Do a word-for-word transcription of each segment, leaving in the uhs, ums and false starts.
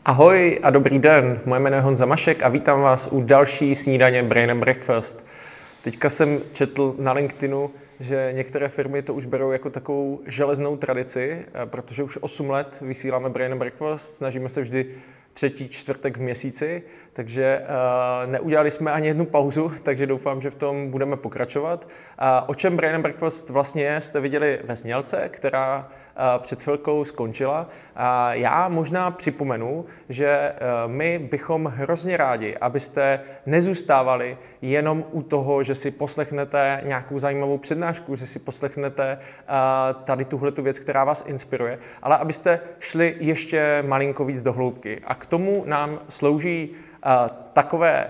Ahoj a dobrý den, moje jméno je Honza Mašek a vítám vás u další snídaně Brain and Breakfast. Teďka jsem četl na LinkedInu, že některé firmy to už berou jako takovou železnou tradici, protože už osm let vysíláme Brain and Breakfast, snažíme se vždy třetí čtvrtek v měsíci, takže uh, neudělali jsme ani jednu pauzu, takže doufám, že v tom budeme pokračovat. A o čem Brain and Breakfast vlastně je, jste viděli ve znělce, která uh, před chvilkou skončila. A já možná připomenu, že uh, my bychom hrozně rádi, abyste nezůstávali jenom u toho, že si poslechnete nějakou zajímavou přednášku, že si poslechnete uh, tady tuhletu věc, která vás inspiruje, ale abyste šli ještě malinko víc do hloubky. A k tomu nám slouží uh, takové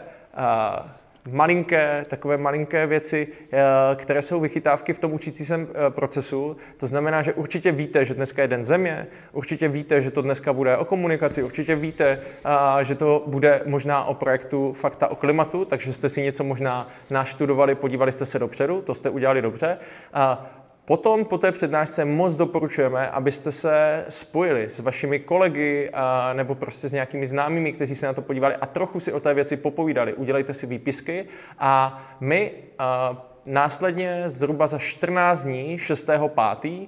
uh, malinké, takové malinké věci, uh, které jsou vychytávky v tom učící se uh, procesu. To znamená, že určitě víte, že dneska je Den země, určitě víte, že to dneska bude o komunikaci, určitě víte, uh, že to bude možná o projektu Fakta o klimatu, takže jste si něco možná naštudovali, podívali jste se dopředu, to jste udělali dobře. Uh, Potom po té přednášce moc doporučujeme, abyste se spojili s vašimi kolegy a, nebo prostě s nějakými známými, kteří se na to podívali a trochu si o té věci popovídali. Udělejte si výpisky a my a, následně zhruba za čtrnáct dní, šestého pátého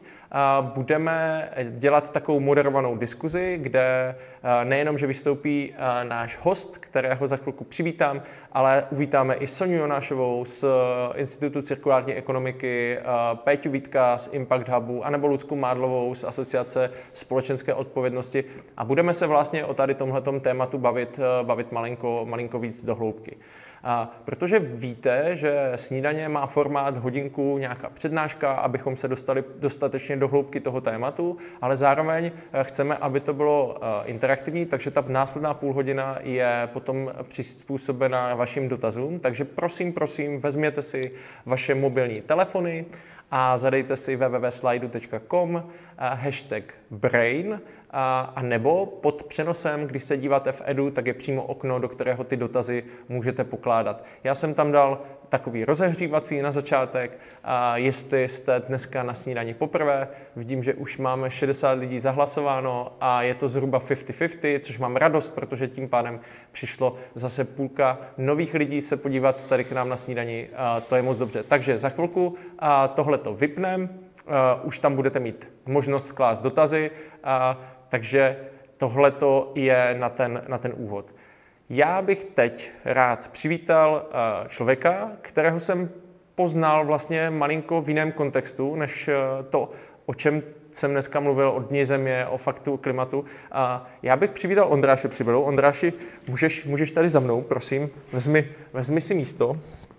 budeme dělat takovou moderovanou diskuzi, kde nejenom, že vystoupí náš host, kterého za chvilku přivítám, ale uvítáme i Soňu Jonášovou z Institutu cirkulární ekonomiky, Péťu Vítka z Impact Hubu, anebo Lucku Mádlovou z Asociace společenské odpovědnosti a budeme se vlastně o tady tomhletom tématu bavit, bavit malinko, malinko víc do hloubky. A protože víte, že snídaně má formát hodinku, nějaká přednáška, abychom se dostali dostatečně do hloubky toho tématu, ale zároveň chceme, aby to bylo interaktivní, takže ta následná půl hodina je potom přizpůsobena vašim dotazům. Takže prosím, prosím, vezměte si vaše mobilní telefony a zadejte si w w w tečka slido tečka com hashtag brain a, a nebo pod přenosem, když se díváte v Edu, tak je přímo okno, do kterého ty dotazy můžete pokládat. Já jsem tam dal takový rozehřívací na začátek, a jestli jste dneska na snídani poprvé, vidím, že už máme šedesát lidí zahlasováno a je to zhruba padesát na padesát, což mám radost, protože tím pádem přišlo zase půlka nových lidí se podívat tady k nám na snídani, a to je moc dobře. Takže za chvilku tohleto vypnem, už tam budete mít možnost klást dotazy, a, takže tohleto je na ten, na ten úvod. Já bych teď rád přivítal uh, člověka, kterého jsem poznal vlastně malinko v jiném kontextu, než uh, to, o čem jsem dneska mluvil, o Dni země, o faktu o klimatu. A já bych přivítal Ondráše Přibylou. Ondráši, můžeš, můžeš tady za mnou, prosím, vezmi, vezmi si místo.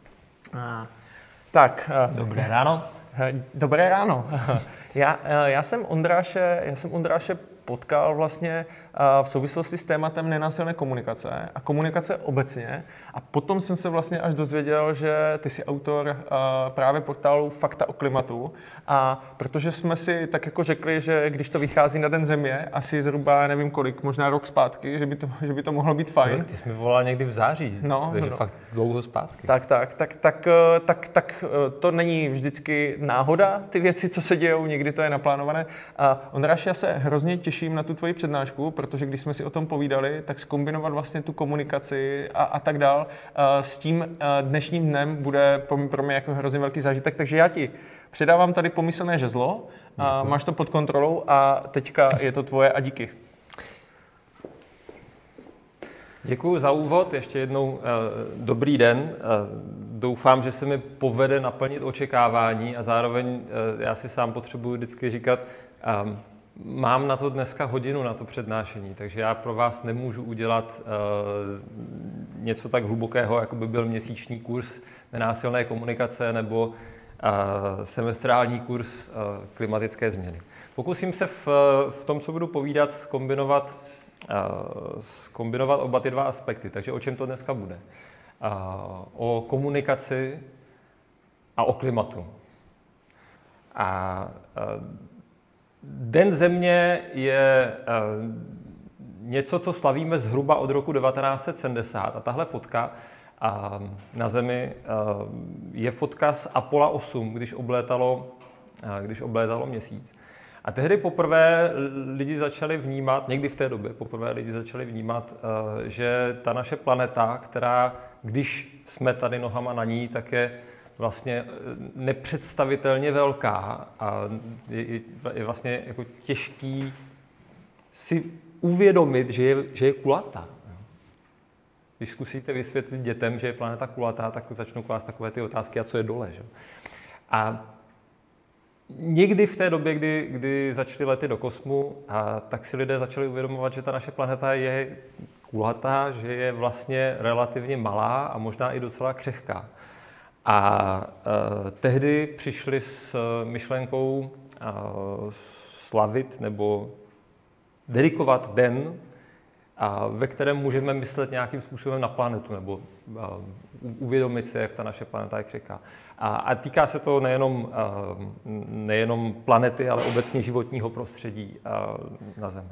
A, tak. Uh, Dobré ráno. Dobré ráno. Já, já, jsem Ondráše, já jsem Ondráše potkal vlastně v souvislosti s tématem nenásilné komunikace a komunikace obecně. A potom jsem se vlastně až dozvěděl, že ty jsi autor právě portálu Fakta o klimatu. A protože jsme si tak jako řekli, že když to vychází na Den země, asi zhruba nevím kolik, možná rok zpátky, že by to, že by to mohlo být fajn. Ty jsi mi volal někdy v září, no, takže no. fakt dlouho zpátky. Tak, tak, tak, tak, tak, tak to není vždycky náhoda, ty věci, co se dějou, někdy to je naplánované. A Ondráš, já se hrozně těším na tu tvoji přednášku, protože když jsme si o tom povídali, tak zkombinovat vlastně tu komunikaci a, a tak dál s tím dnešním dnem bude pro mě jako hrozně velký zážitek, takže já ti předávám tady pomyslné žezlo, a máš to pod kontrolou a teďka je to tvoje a díky. Děkuji za úvod, ještě jednou dobrý den. Doufám, že se mi povede naplnit očekávání a zároveň já si sám potřebuji vždycky říkat, mám na to dneska hodinu, na to přednášení, takže já pro vás nemůžu udělat uh, něco tak hlubokého, jako by byl měsíční kurz nenásilné komunikace nebo uh, semestrální kurz uh, klimatické změny. Pokusím se v, v tom, co budu povídat, zkombinovat, uh, zkombinovat oba ty dva aspekty. Takže o čem to dneska bude? Uh, o komunikaci a o klimatu. A uh, Den země je něco, co slavíme zhruba od roku devatenáct set sedmdesát. A tahle fotka na Zemi je fotka z Apollo osm, když oblétalo, když oblétalo Měsíc. A tehdy poprvé lidi začali vnímat, někdy v té době poprvé lidi začali vnímat, že ta naše planeta, která, když jsme tady nohama na ní, tak je vlastně nepředstavitelně velká a je, je vlastně jako těžký si uvědomit, že je, že je kulatá. Když zkusíte vysvětlit dětem, že je planeta kulatá, tak začnou klást takové ty otázky, a co je dole. Že? A někdy v té době, kdy, kdy začaly lety do kosmu, a tak si lidé začali uvědomovat, že ta naše planeta je kulatá, že je vlastně relativně malá a možná i docela křehká. A e, tehdy přišli s myšlenkou e, slavit nebo dedikovat den, a ve kterém můžeme myslet nějakým způsobem na planetu nebo a, uvědomit si, jak ta naše planeta je křehká. A, a týká se to nejenom, a, nejenom planety, ale obecně životního prostředí a, na Zemi.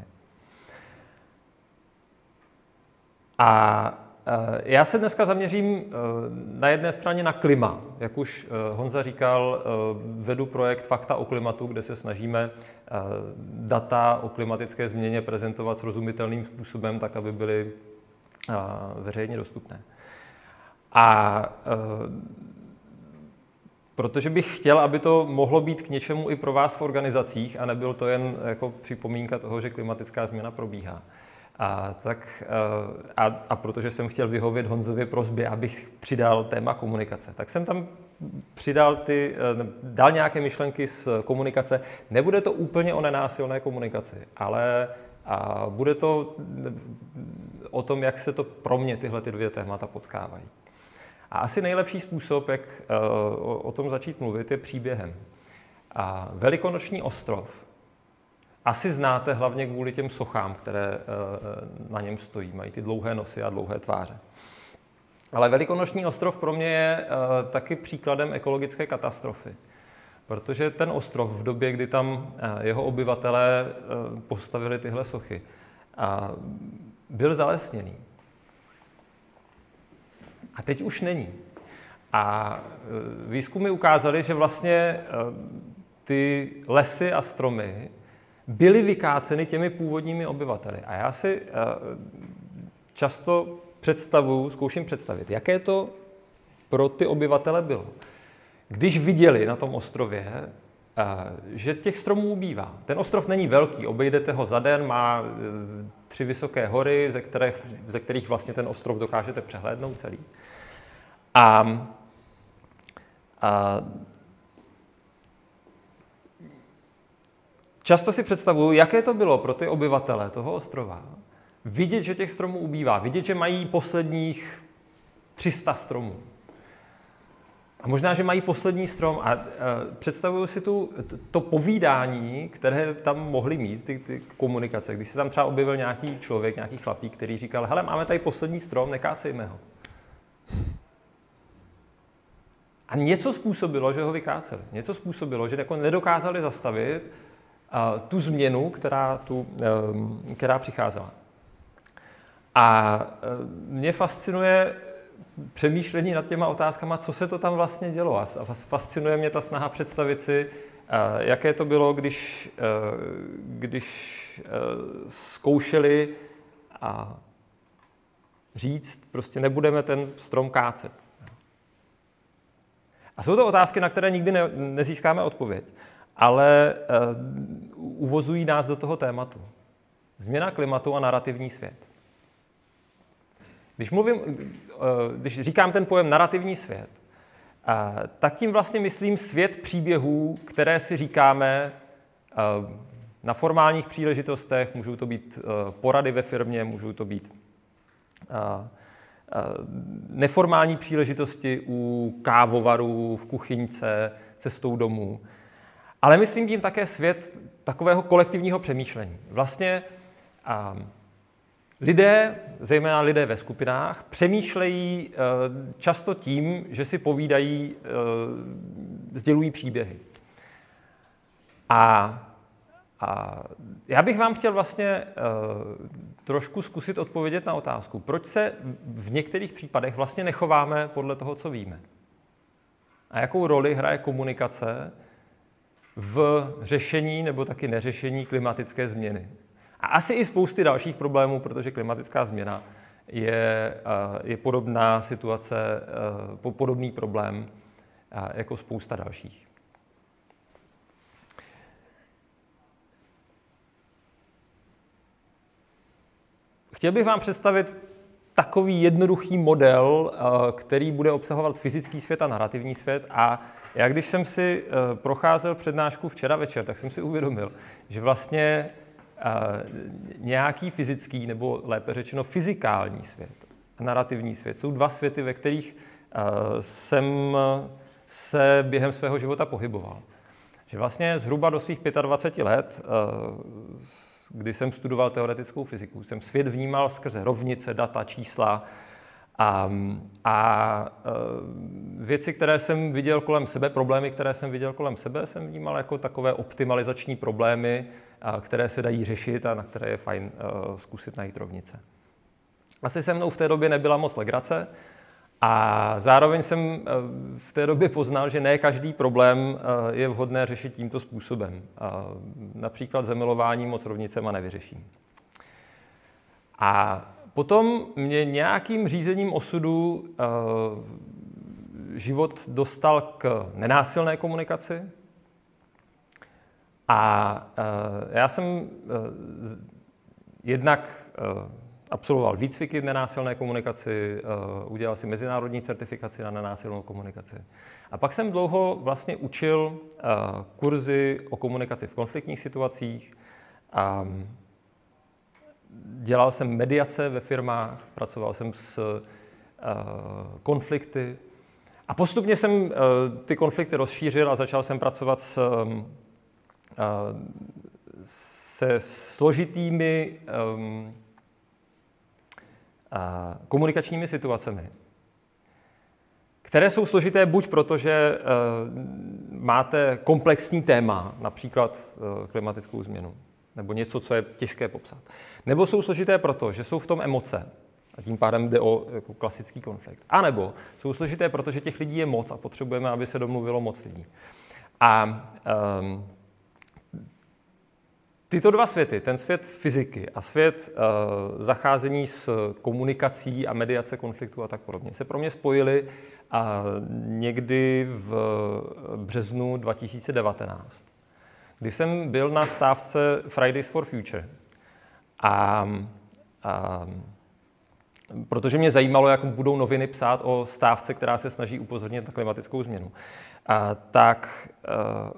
A já se dneska zaměřím na jedné straně na klima. Jak už Honza říkal, vedu projekt Fakta o klimatu, kde se snažíme data o klimatické změně prezentovat srozumitelným způsobem, tak, aby byly veřejně dostupné. A protože bych chtěl, aby to mohlo být k něčemu i pro vás v organizacích a nebyl to jen jako připomínka toho, že klimatická změna probíhá. A, tak, a, a protože jsem chtěl vyhovět Honzově prosbě, abych přidal téma komunikace, tak jsem tam přidal ty, dal nějaké myšlenky z komunikace. Nebude to úplně o nenásilné komunikaci, ale a bude to o tom, jak se to pro mě tyhle ty dvě témata potkávají. A asi nejlepší způsob, jak o, o tom začít mluvit, je příběhem. A Velikonoční ostrov asi znáte hlavně kvůli těm sochám, které na něm stojí. Mají ty dlouhé nosy a dlouhé tváře. Ale Velikonoční ostrov pro mě je taky příkladem ekologické katastrofy. Protože ten ostrov v době, kdy tam jeho obyvatelé postavili tyhle sochy, byl zalesněný. A teď už není. A výzkumy ukázaly, že vlastně ty lesy a stromy byly vykáceny těmi původními obyvateli. A já si často představuji, zkouším představit, jaké to pro ty obyvatele bylo. Když viděli na tom ostrově, že těch stromů ubývá. Ten ostrov není velký, obejdete ho za den, má tři vysoké hory, ze kterých, ze kterých vlastně ten ostrov dokážete přehlédnout celý. A, a často si představuju, jaké to bylo pro ty obyvatele toho ostrova vidět, že těch stromů ubývá, vidět, že mají posledních tři sta stromů. A možná, že mají poslední strom a, a představuju si tu, to povídání, které tam mohli mít, ty, ty komunikace. Když se tam třeba objevil nějaký člověk, nějaký chlapík, který říkal, hele, máme tady poslední strom, nekácejme ho. A něco způsobilo, že ho vykáceli. Něco způsobilo, že jako nedokázali zastavit a, tu změnu, která, tu, um, která přicházela. A mě fascinuje přemýšlení nad těma otázkama, co se to tam vlastně dělo. A fascinuje mě ta snaha představit si, jaké to bylo, když, když zkoušeli a říct, prostě nebudeme ten strom kácet. A jsou to otázky, na které nikdy ne, nezískáme odpověď, ale uvozují nás do toho tématu. Změna klimatu a narrativní svět. Když mluvím, když říkám ten pojem narrativní svět, tak tím vlastně myslím svět příběhů, které si říkáme na formálních příležitostech, můžou to být porady ve firmě, můžou to být neformální příležitosti u kávovarů, v kuchyňce, cestou domů. Ale myslím tím také svět takového kolektivního přemýšlení. Vlastně lidé, zejména lidé ve skupinách, přemýšlejí často tím, že si povídají, sdělují příběhy. A, a já bych vám chtěl vlastně trošku zkusit odpovědět na otázku, proč se v některých případech vlastně nechováme podle toho, co víme. A jakou roli hraje komunikace v řešení nebo taky neřešení klimatické změny. A asi i spousty dalších problémů, protože klimatická změna je, je podobná situace, podobný problém jako spousta dalších. Chtěl bych vám představit takový jednoduchý model, který bude obsahovat fyzický svět a narrativní svět. A já, když jsem si procházel přednášku včera večer, tak jsem si uvědomil, že vlastně nějaký fyzický, nebo lépe řečeno fyzikální svět a narrativní svět jsou dva světy, ve kterých jsem se během svého života pohyboval. Že vlastně zhruba do svých dvaceti pěti let, kdy jsem studoval teoretickou fyziku, jsem svět vnímal skrze rovnice, data, čísla a, a věci, které jsem viděl kolem sebe, problémy, které jsem viděl kolem sebe, jsem vnímal jako takové optimalizační problémy, které se dají řešit a na které je fajn zkusit najít rovnice. Asi se mnou v té době nebyla moc legrace a zároveň jsem v té době poznal, že ne každý problém je vhodné řešit tímto způsobem. Například zamilování moc rovnicema nevyřeším. A potom mě nějakým řízením osudu život dostal k nenásilné komunikaci. A já jsem jednak absolvoval výcviky v nenásilné komunikaci, udělal si mezinárodní certifikaci na nenásilnou komunikaci. A pak jsem dlouho vlastně učil kurzy o komunikaci v konfliktních situacích. A dělal jsem mediace ve firmách, pracoval jsem s konflikty. A postupně jsem ty konflikty rozšířil a začal jsem pracovat s, se složitými komunikačními situacemi, které jsou složité buď proto, že máte komplexní téma, například klimatickou změnu, nebo něco, co je těžké popsat. Nebo jsou složité proto, že jsou v tom emoce, a tím pádem jde o jako klasický konflikt. A nebo jsou složité proto, že těch lidí je moc a potřebujeme, aby se domluvilo moc lidí. A um, tyto dva světy, ten svět fyziky a svět uh, zacházení s komunikací a mediace konfliktu a tak podobně, se pro mě spojily uh, někdy v březnu dva tisíce devatenáct, kdy jsem byl na stávce Fridays for Future. A, a protože mě zajímalo, jak budou noviny psát o stávce, která se snaží upozornit na klimatickou změnu, a tak uh,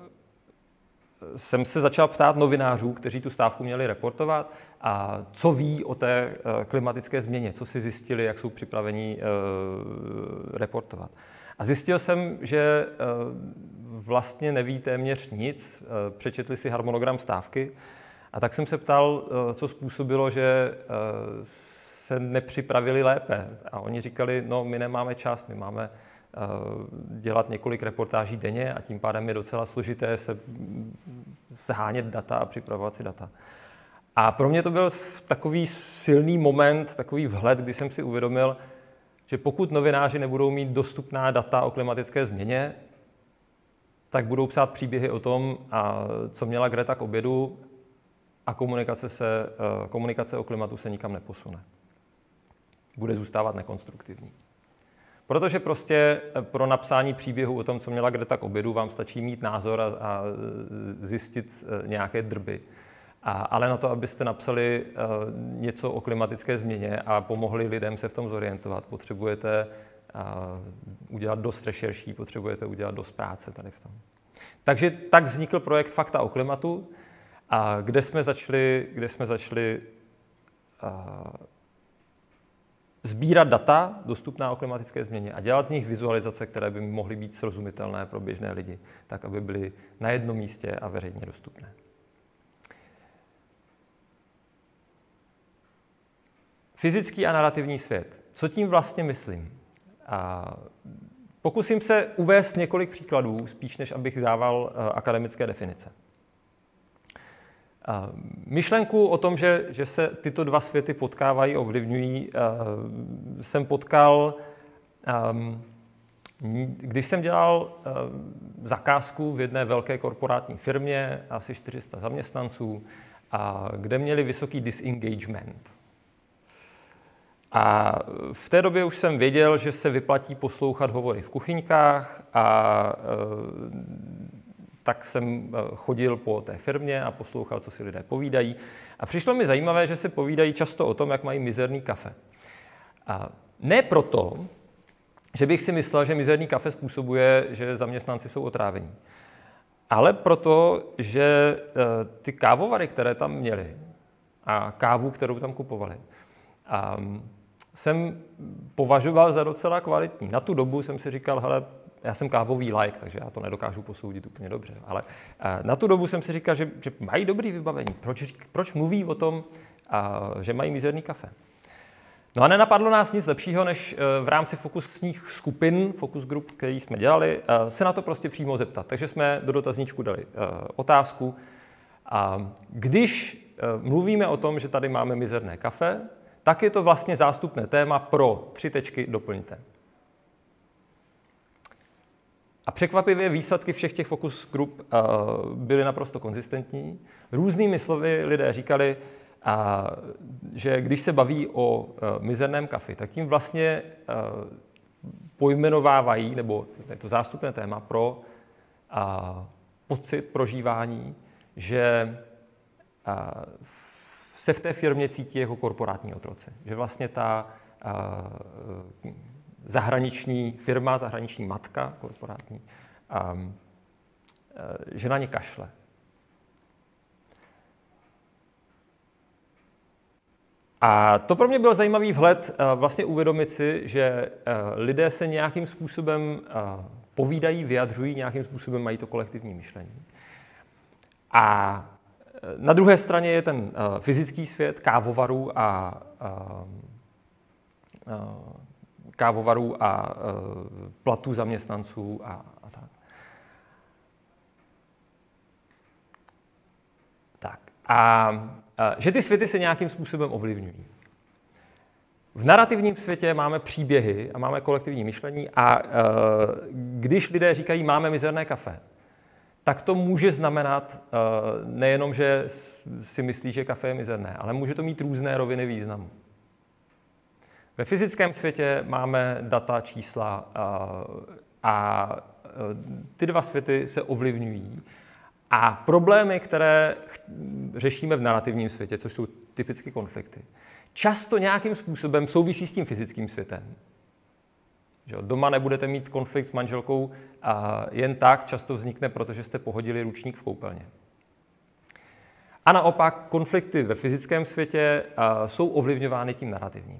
jsem se začal ptát novinářů, kteří tu stávku měli reportovat, a co ví o té klimatické změně, co si zjistili, jak jsou připraveni reportovat. A zjistil jsem, že vlastně neví téměř nic, přečetli si harmonogram stávky, a tak jsem se ptal, co způsobilo, že se nepřipravili lépe. A oni říkali, no my nemáme čas, my máme dělat několik reportáží denně a tím pádem je docela složité se shánět data a připravovat si data. A pro mě to byl takový silný moment, takový vhled, kdy jsem si uvědomil, že pokud novináři nebudou mít dostupná data o klimatické změně, tak budou psát příběhy o tom, co měla Greta k obědu, a komunikace, se, komunikace o klimatu se nikam neposune. Bude zůstávat nekonstruktivní. Protože prostě pro napsání příběhu o tom, co měla Greta k obědu, vám stačí mít názor a, a zjistit nějaké drby. A, ale na to, abyste napsali uh, něco o klimatické změně a pomohli lidem se v tom zorientovat, potřebujete uh, udělat dost rešerší, potřebujete udělat dost práce tady v tom. Takže tak vznikl projekt Fakta o klimatu, a kde jsme začali, kde jsme začali uh, sbírat data dostupná o klimatické změně a dělat z nich vizualizace, které by mohly být srozumitelné pro běžné lidi, tak aby byly na jednom místě a veřejně dostupné. Fyzický a narrativní svět. Co tím vlastně myslím? A pokusím se uvést několik příkladů, spíš než abych dával akademické definice. Myšlenku o tom, že, že se tyto dva světy potkávají, ovlivňují, jsem potkal Když jsem dělal zakázku v jedné velké korporátní firmě, asi čtyři sta zaměstnanců, a kde měli vysoký disengagement. A v té době už jsem věděl, že se vyplatí poslouchat hovory v kuchyňkách, a tak jsem chodil po té firmě a poslouchal, co si lidé povídají. A přišlo mi zajímavé, že se povídají často o tom, jak mají mizerný kafe. A ne proto, že bych si myslel, že mizerný kafe způsobuje, že zaměstnanci jsou otrávení. Ale proto, že ty kávovary, které tam měli, a kávu, kterou tam kupovali, a jsem považoval za docela kvalitní. Na tu dobu jsem si říkal, hele, já jsem kávový like, takže já to nedokážu posoudit úplně dobře. Ale na tu dobu jsem si říkal, že, že mají dobrý vybavení. Proč, proč mluví o tom, že mají mizerný kafe? No a nenapadlo nás nic lepšího, než v rámci fokusních skupin, focus group, který jsme dělali, se na to prostě přímo zeptat. Takže jsme do dotazníčku dali otázku. A když mluvíme o tom, že tady máme mizerné kafe, tak je to vlastně zástupné téma pro tři tečky doplňte. A překvapivě výsledky všech těch focus group byly naprosto konzistentní. Různými slovy lidé říkali, a že když se baví o uh, mizerném kafi, tak tím vlastně uh, pojmenovávají, nebo je to zástupné téma pro uh, pocit prožívání, že uh, se v té firmě cítí jako korporátní otroci. Že vlastně ta uh, zahraniční firma, zahraniční matka korporátní, um, uh, že na ně kašle. A to pro mě byl zajímavý vhled vlastně uvědomit si, že lidé se nějakým způsobem povídají, vyjadřují, nějakým způsobem mají to kolektivní myšlení. A na druhé straně je ten fyzický svět kávovarů a, a, a kávovarů a platů zaměstnanců a, a tak. Tak. A že ty světy se nějakým způsobem ovlivňují. V narrativním světě máme příběhy a máme kolektivní myšlení a když lidé říkají máme mizerné kafe, tak to může znamenat nejenom, že si myslí, že kafe je mizerné, ale může to mít různé roviny významu. Ve fyzickém světě máme data, čísla a ty dva světy se ovlivňují. A problémy, které řešíme v narrativním světě, což jsou typicky konflikty, často nějakým způsobem souvisí s tím fyzickým světem. Že doma nebudete mít konflikt s manželkou a jen tak, často vznikne, protože jste pohodili ručník v koupelně. A naopak konflikty ve fyzickém světě jsou ovlivňovány tím narrativním.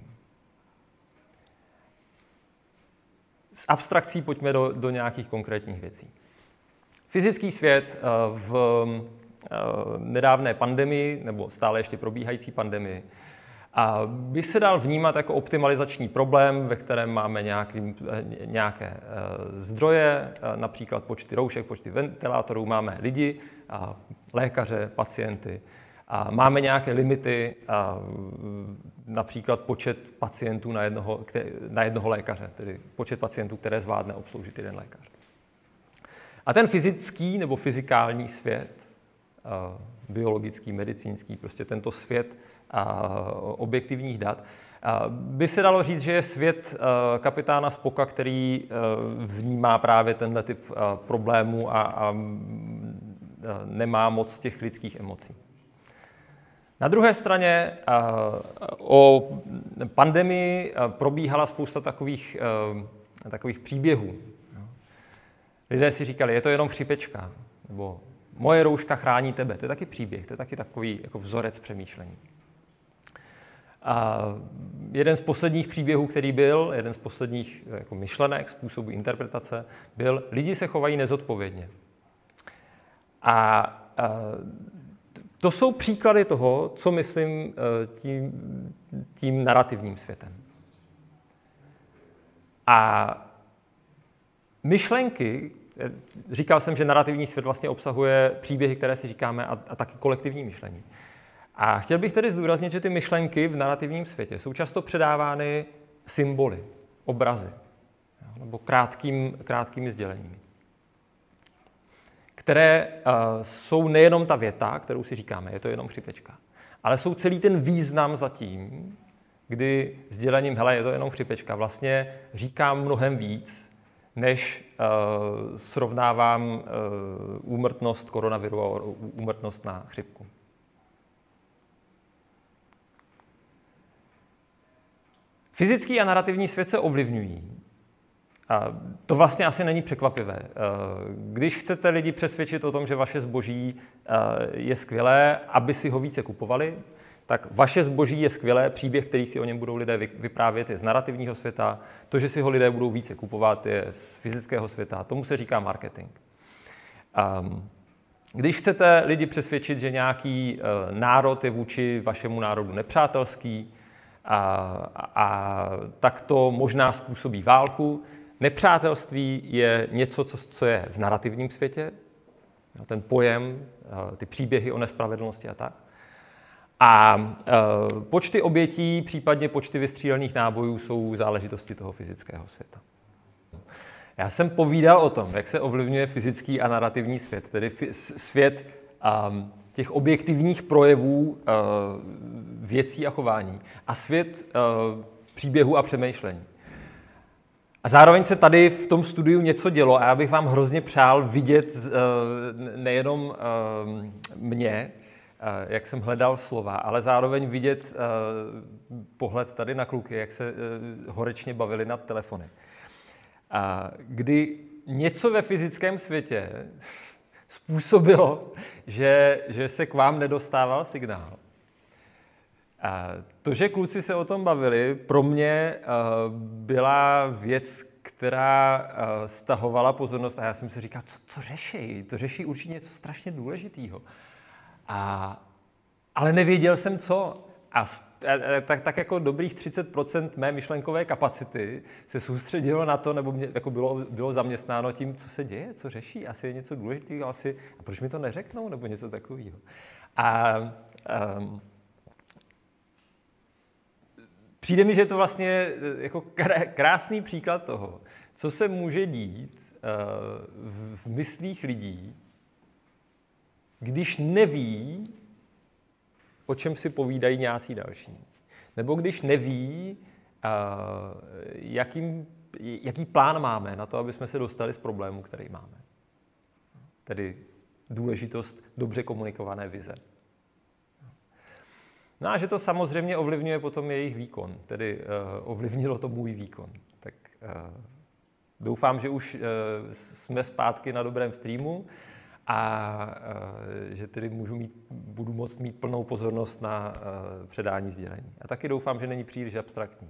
Z abstrakcí pojďme do, do nějakých konkrétních věcí. Fyzický svět v nedávné pandemii, nebo stále ještě probíhající pandemii, by se dal vnímat jako optimalizační problém, ve kterém máme nějaký, nějaké zdroje, například počty roušek, počty ventilátorů, máme lidi, lékaře, pacienty, a máme nějaké limity, například počet pacientů na jednoho, na jednoho lékaře, tedy počet pacientů, které zvládne obsloužit jeden lékař. A ten fyzický nebo fyzikální svět, biologický, medicínský, prostě tento svět objektivních dat, by se dalo říct, že je svět kapitána Spocka, který vnímá právě tenhle typ problémů a, a nemá moc těch lidských emocí. Na druhé straně o pandemii probíhala spousta takových, takových příběhů. Lidé si říkali, je to jenom chřipečka, nebo moje rouška chrání tebe. To je taky příběh, to je taky takový jako vzorec přemýšlení. A jeden z posledních příběhů, který byl, jeden z posledních jako myšlenek, způsobů interpretace, byl, lidi se chovají nezodpovědně. A, a to jsou příklady toho, co myslím tím, tím narrativním světem. A myšlenky, říkal jsem, že narrativní svět vlastně obsahuje příběhy, které si říkáme, a, a taky kolektivní myšlení. A chtěl bych tedy zdůraznit, že ty myšlenky v narrativním světě jsou často předávány symboly, obrazy. nebo krátkým, krátkými sděleními, které uh, jsou nejenom ta věta, kterou si říkáme, je to jenom chřipečka, ale jsou celý ten význam za tím, kdy sdělením, hele, je to jenom chřipečka, vlastně říkám mnohem víc, než uh, srovnávám uh, úmrtnost koronaviru a úmrtnost na chřipku. Fyzický a narrativní svět se ovlivňují. A to vlastně asi není překvapivé. Když chcete lidi přesvědčit o tom, že vaše zboží je skvělé, aby si ho více kupovali, tak vaše zboží je skvělé, příběh, který si o něm budou lidé vyprávět, je z narrativního světa, to, že si ho lidé budou více kupovat, je z fyzického světa, tomu se říká marketing. Když chcete lidi přesvědčit, že nějaký národ je vůči vašemu národu nepřátelský, a, a tak to možná způsobí válku. Nepřátelství je něco, co, co je v narrativním světě, ten pojem, ty příběhy o nespravedlnosti a tak. A e, počty obětí, případně počty vystřílených nábojů jsou záležitosti toho fyzického světa. Já jsem povídal o tom, jak se ovlivňuje fyzický a narrativní svět, tedy svět um, těch objektivních projevů uh, věcí a chování a svět uh, příběhu a přemýšlení. A zároveň se tady v tom studiu něco dělo a já bych vám hrozně přál vidět uh, nejenom uh, mě, uh, jak jsem hledal slova, ale zároveň vidět uh, pohled tady na kluky, jak se uh, horečně bavili nad telefony. A kdy něco ve fyzickém světě způsobilo, že, že se k vám nedostával signál. A to, že kluci se o tom bavili, pro mě uh, byla věc, která uh, stahovala pozornost a já jsem si říkal, co, co řeší? To řeší určitě něco strašně důležitého. A, ale nevěděl jsem co. A tak, tak jako dobrých třicet procent mé myšlenkové kapacity se soustředilo na to, nebo mě, jako bylo, bylo zaměstnáno tím, co se děje, co řeší, asi je něco důležitého, asi, a proč mi to neřeknou, nebo něco takového. A um, přijde mi, že je to vlastně jako krásný příklad toho, co se může dít uh, v, v myslích lidí, když neví, o čem si povídají nějací další. Nebo když neví, uh, jakým, jaký plán máme na to, aby jsme se dostali z problému, který máme. Tedy důležitost dobře komunikované vize. No a že to samozřejmě ovlivňuje potom jejich výkon, tedy uh, ovlivnilo to můj výkon. Tak uh, doufám, že už uh, jsme zpátky na dobrém streamu, a uh, že tedy můžu mít, budu moct mít plnou pozornost na uh, předání sdělení. A taky doufám, že není příliš abstraktní.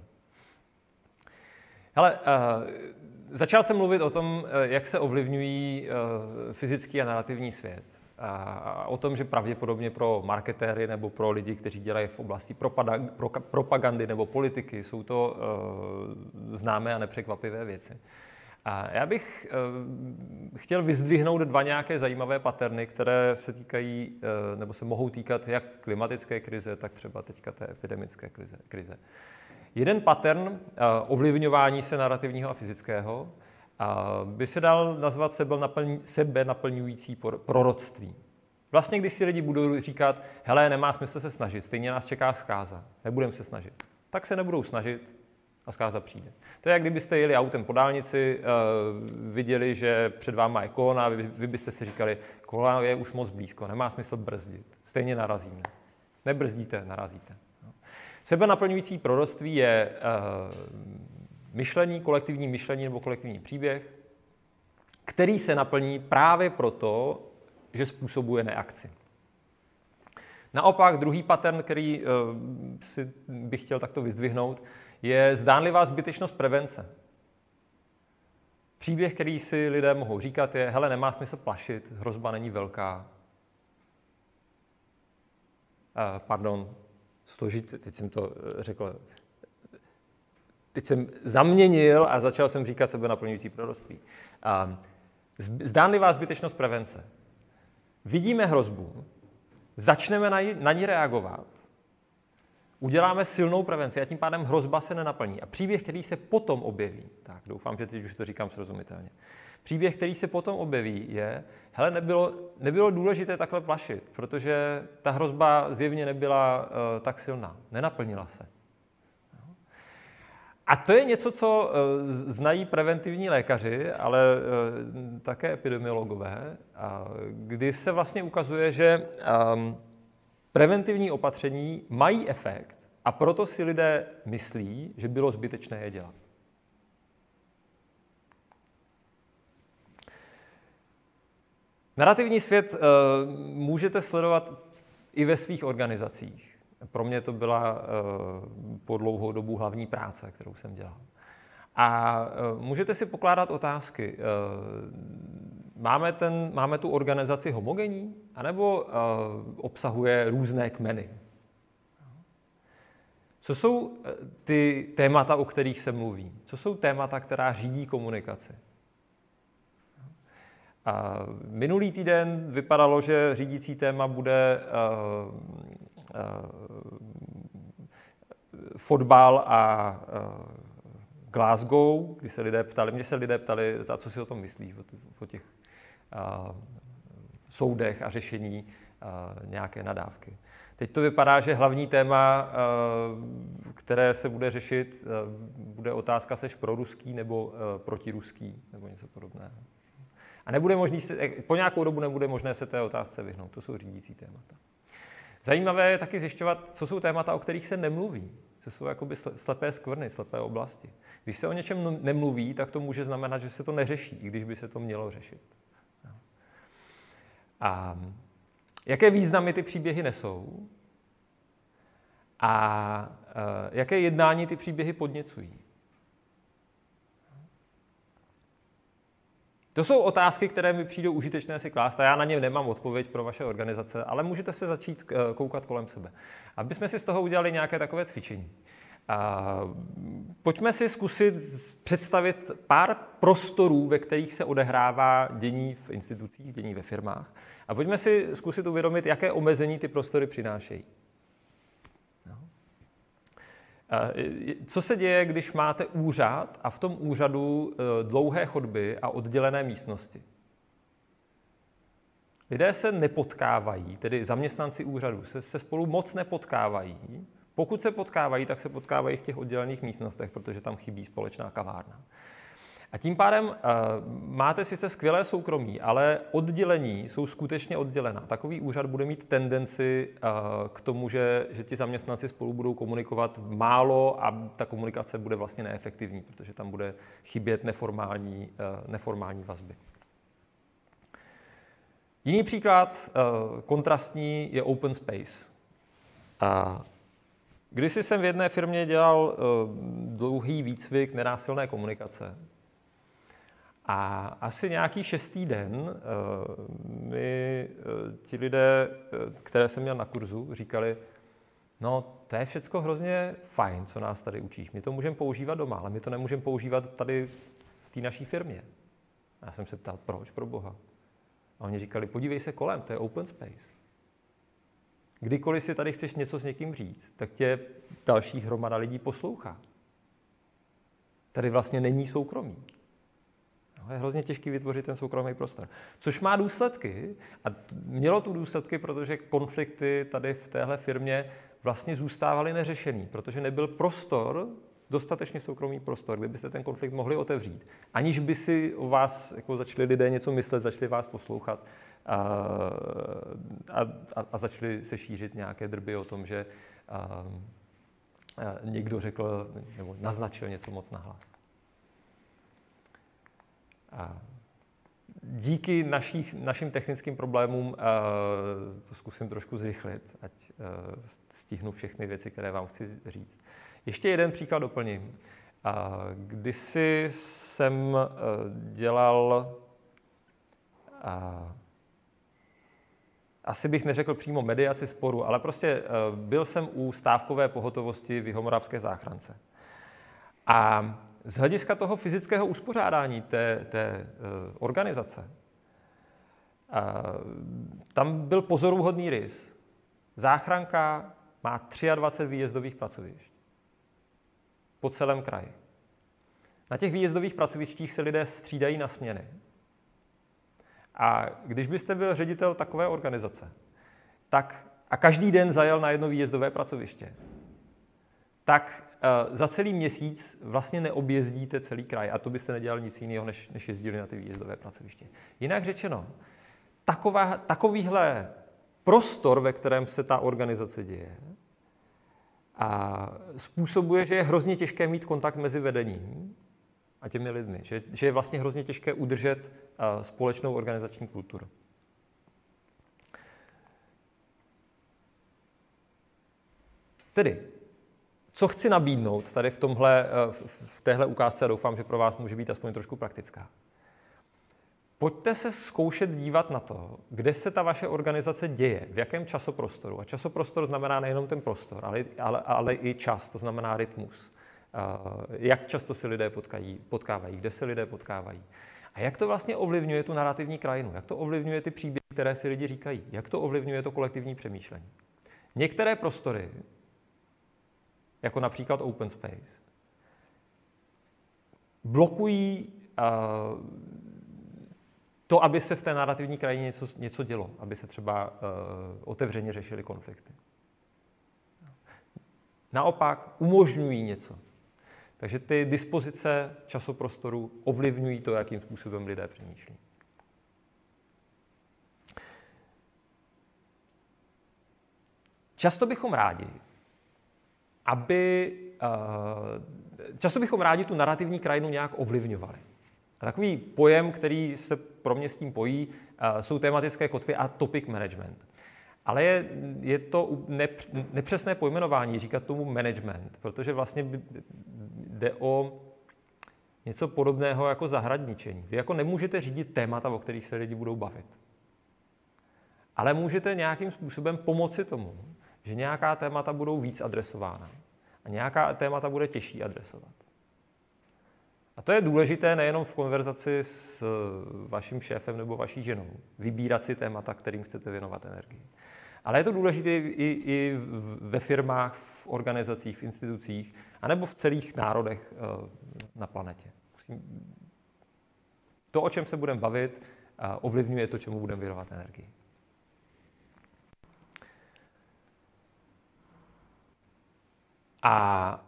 Hele, uh, začal jsem mluvit o tom, uh, jak se ovlivňují uh, fyzický a narrativní svět. A, a o tom, že pravděpodobně pro marketéry nebo pro lidi, kteří dělají v oblasti propada, pro, propagandy nebo politiky, jsou to uh, známé a nepřekvapivé věci. A já bych uh, chtěl vyzdvihnout dva nějaké zajímavé paterny, které se týkají, uh, nebo se mohou týkat jak klimatické krize, tak třeba teďka té epidemické krize. krize. Jeden pattern uh, ovlivňování se narrativního a fyzického uh, by se dal nazvat sebenaplň, sebenaplňující proroctví. Vlastně, když si lidi budou říkat, hele, nemá smysl se snažit, stejně nás čeká zkáza, nebudeme se snažit, tak se nebudou snažit, a zkáza přijde. To je, jak kdybyste jeli autem po dálnici, uh, viděli, že před váma je kolona, vy, vy byste si říkali, kolona je už moc blízko, nemá smysl brzdit, stejně narazíme. Nebrzdíte, narazíte. No. Sebenaplňující proroctví je uh, myšlení, kolektivní myšlení nebo kolektivní příběh, který se naplní právě proto, že způsobuje neakci. Naopak druhý pattern, který uh, si bych chtěl takto vyzdvihnout, je zdánlivá zbytečnost prevence. Příběh, který si lidé mohou říkat, je, hele, nemá smysl plašit, hrozba není velká. Uh, pardon, složit, teď jsem to řekl, teď jsem zaměnil a začal jsem říkat sebenaplňující proroctví. Uh, zdánlivá zbytečnost prevence. Vidíme hrozbu, začneme na ní, na ní reagovat Uděláme silnou prevenci a tím pádem hrozba se nenaplní. A příběh, který se potom objeví, tak doufám, že teď už to říkám srozumitelně. Příběh, který se potom objeví, je, hele, nebylo, nebylo důležité takhle plašit, protože ta hrozba zjevně nebyla uh, tak silná. Nenaplnila se. A to je něco, co uh, znají preventivní lékaři, ale uh, také epidemiologové, uh, kdy se vlastně ukazuje, že um, preventivní opatření mají efekt a proto si lidé myslí, že bylo zbytečné je dělat. Narativní svět uh, můžete sledovat i ve svých organizacích. Pro mě to byla uh, po dlouhou dobu hlavní práce, kterou jsem dělal. A uh, můžete si pokládat otázky. Uh, máme, ten, máme tu organizaci homogenní, anebo uh, obsahuje různé kmeny? Co jsou ty témata, o kterých se mluví? Co jsou témata, která řídí komunikaci? A minulý týden vypadalo, že řídící téma bude uh, uh, fotbal a uh, Glasgow, kdy se lidé ptali, mě se lidé ptali, za co si o tom myslí, o, o těch uh, soudech a řešení uh, nějaké nadávky. Teď to vypadá, že hlavní téma, uh, které se bude řešit, uh, bude otázka, seš proruský nebo uh, protiruský, nebo něco podobného. A nebude možný se, po nějakou dobu nebude možné se té otázce vyhnout. To jsou řídící témata. Zajímavé je taky zjišťovat, co jsou témata, o kterých se nemluví. Co jsou jakoby slepé skvrny, slepé oblasti. Když se o něčem nemluví, tak to může znamenat, že se to neřeší, i když by se to mělo řešit. A jaké významy ty příběhy nesou? A jaké jednání ty příběhy podněcují? To jsou otázky, které mi přijdou užitečné si klást a já na ně nemám odpověď pro vaše organizace, ale můžete se začít koukat kolem sebe. Aby jsme si z toho udělali nějaké takové cvičení. A pojďme si zkusit představit pár prostorů, ve kterých se odehrává dění v institucích, dění ve firmách. A pojďme si zkusit uvědomit, jaké omezení ty prostory přinášejí. Co se děje, když máte úřad a v tom úřadu dlouhé chodby a oddělené místnosti? Lidé se nepotkávají, tedy zaměstnanci úřadu se, se spolu moc nepotkávají. Pokud se potkávají, tak se potkávají v těch oddělených místnostech, protože tam chybí společná kavárna. A tím pádem uh, máte sice skvělé soukromí, ale oddělení jsou skutečně oddělená. Takový úřad bude mít tendenci uh, k tomu, že, že ti zaměstnanci spolu budou komunikovat málo a ta komunikace bude vlastně neefektivní, protože tam bude chybět neformální, uh, neformální vazby. Jiný příklad, uh, kontrastní, je open space. Uh, Kdysi jsem v jedné firmě dělal uh, dlouhý výcvik nenásilné komunikace. A asi nějaký šestý den uh, mi uh, ti lidé, uh, které jsem měl na kurzu, říkali, no to je všecko hrozně fajn, co nás tady učíš. My to můžeme používat doma, ale my to nemůžeme používat tady v té naší firmě. A já jsem se ptal, proč, pro boha? A oni říkali, podívej se kolem, to je open space. Kdykoliv si tady chceš něco s někým říct, tak tě další hromada lidí poslouchá. Tady vlastně není soukromí. No, je hrozně těžký vytvořit ten soukromý prostor. Což má důsledky, a mělo tu důsledky, protože konflikty tady v téhle firmě vlastně zůstávaly neřešený, protože nebyl prostor, dostatečně soukromý prostor, kde byste ten konflikt mohli otevřít. Aniž by si o vás jako začali lidé něco myslet, začali vás poslouchat a, a, a začali se šířit nějaké drby o tom, že a, a někdo řekl nebo naznačil něco moc nahlas. A díky našich, našim technickým problémům uh, to zkusím trošku zrychlit, ať uh, stihnu všechny věci, které vám chci říct. Ještě jeden příklad doplním. Uh, kdysi jsem uh, dělal, uh, asi bych neřekl přímo mediaci sporu, ale prostě uh, byl jsem u stávkové pohotovosti v Jihomoravské záchrance. A z hlediska toho fyzického uspořádání té, té uh, organizace, uh, tam byl pozoruhodný rys. Záchranka má dvacet tři výjezdových pracovišť po celém kraji. Na těch výjezdových pracovištích se lidé střídají na směny. A když byste byl ředitel takové organizace, tak a každý den zajel na jedno výjezdové pracoviště, tak uh, za celý měsíc vlastně neobjezdíte celý kraj a to byste nedělali nic jiného, než, než jezdili na ty výjezdové pracoviště. Jinak řečeno, taková, takovýhle prostor, ve kterém se ta organizace děje, a způsobuje, že je hrozně těžké mít kontakt mezi vedením a těmi lidmi, že, že je vlastně hrozně těžké udržet uh, společnou organizační kulturu. Tedy, co chci nabídnout tady v, tomhle, v téhle ukázce, doufám, že pro vás může být aspoň trošku praktická. Pojďte se zkoušet dívat na to, kde se ta vaše organizace děje, v jakém časoprostoru. A časoprostor znamená nejenom ten prostor, ale, ale, ale i čas, to znamená rytmus. Jak často se lidé potkají, potkávají, kde se lidé potkávají. A jak to vlastně ovlivňuje tu narrativní krajinu, jak to ovlivňuje ty příběhy, které si lidi říkají, jak to ovlivňuje to kolektivní přemýšlení. Některé prostory, jako například open space, blokují uh, to, aby se v té narrativní krajině něco, něco dělo, aby se třeba uh, otevřeně řešily konflikty. Naopak umožňují něco. Takže ty dispozice časoprostoru ovlivňují to, jakým způsobem lidé přemýšlí. Často bychom rádi, aby, uh, často bychom rádi tu narrativní krajinu nějak ovlivňovali. A takový pojem, který se pro mě s tím pojí, uh, jsou tematické kotvy a topic management. Ale je, je to nepřesné pojmenování, říkat tomu management, protože vlastně jde o něco podobného jako zahradničení. Vy jako nemůžete řídit témata, o kterých se lidi budou bavit. Ale můžete nějakým způsobem pomoci tomu, že nějaká témata budou víc adresována a nějaká témata bude těžší adresovat. A to je důležité nejenom v konverzaci s vaším šéfem nebo vaší ženou, vybírat si témata, kterým chcete věnovat energii. Ale je to důležité i, i ve firmách, v organizacích, v institucích, anebo v celých národech na planetě. To, o čem se budeme bavit, ovlivňuje to, čemu budeme věnovat energii. A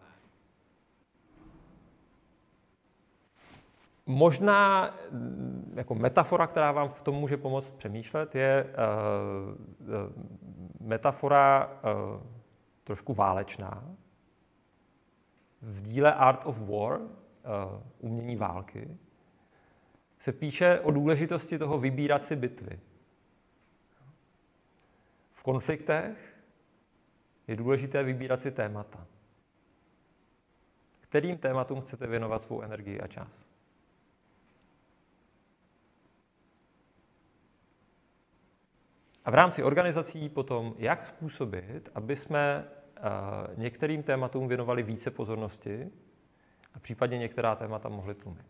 možná jako metafora, která vám v tom může pomoct přemýšlet, je uh, metafora uh, trošku válečná. V díle Art of War, uh, umění války, se píše o důležitosti toho vybírat si bitvy. V konfliktech je důležité vybírat si témata. Kterým tématům chcete věnovat svou energii a čas? A v rámci organizací potom, jak způsobit, aby jsme uh, některým tématům věnovali více pozornosti a případně některá témata mohli tlumit.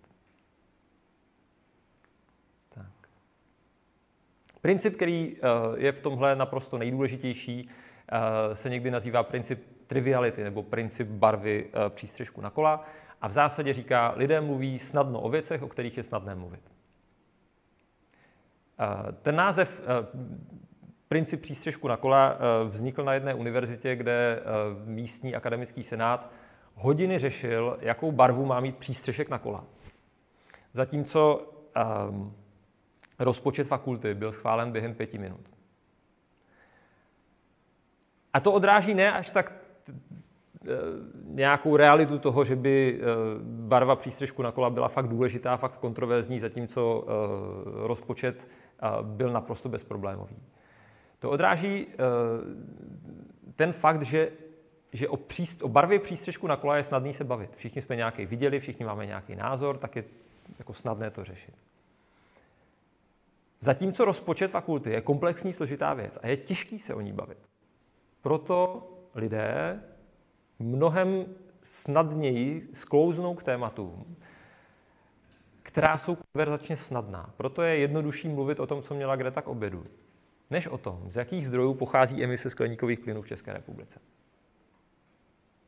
Tak. Princip, který uh, je v tomhle naprosto nejdůležitější, uh, se někdy nazývá princip triviality nebo princip barvy uh, přístřežku na kola a v zásadě říká, lidé mluví snadno o věcech, o kterých je snadné mluvit. Ten název princip přístřežku na kola vznikl na jedné univerzitě, kde místní akademický senát hodiny řešil, jakou barvu má mít přístřešek na kola. Zatímco um, rozpočet fakulty byl schválen během pěti minut. A to odráží ne až tak nějakou realitu toho, že by barva přístřešku na kola byla fakt důležitá, fakt kontroverzní, zatímco rozpočet byl naprosto bezproblémový. To odráží ten fakt, že, že o, příst, o barvě přístřešku na kola je snadný se bavit. Všichni jsme nějaký viděli, všichni máme nějaký názor, tak je jako snadné to řešit. Zatímco rozpočet fakulty je komplexní, složitá věc a je těžký se o ní bavit. Proto lidé mnohem snadněji sklouznou k tématům, která jsou konverzačně snadná. Proto je jednodušší mluvit o tom, co měla Greta k obědu, než o tom, z jakých zdrojů pochází emise skleníkových plynů v České republice.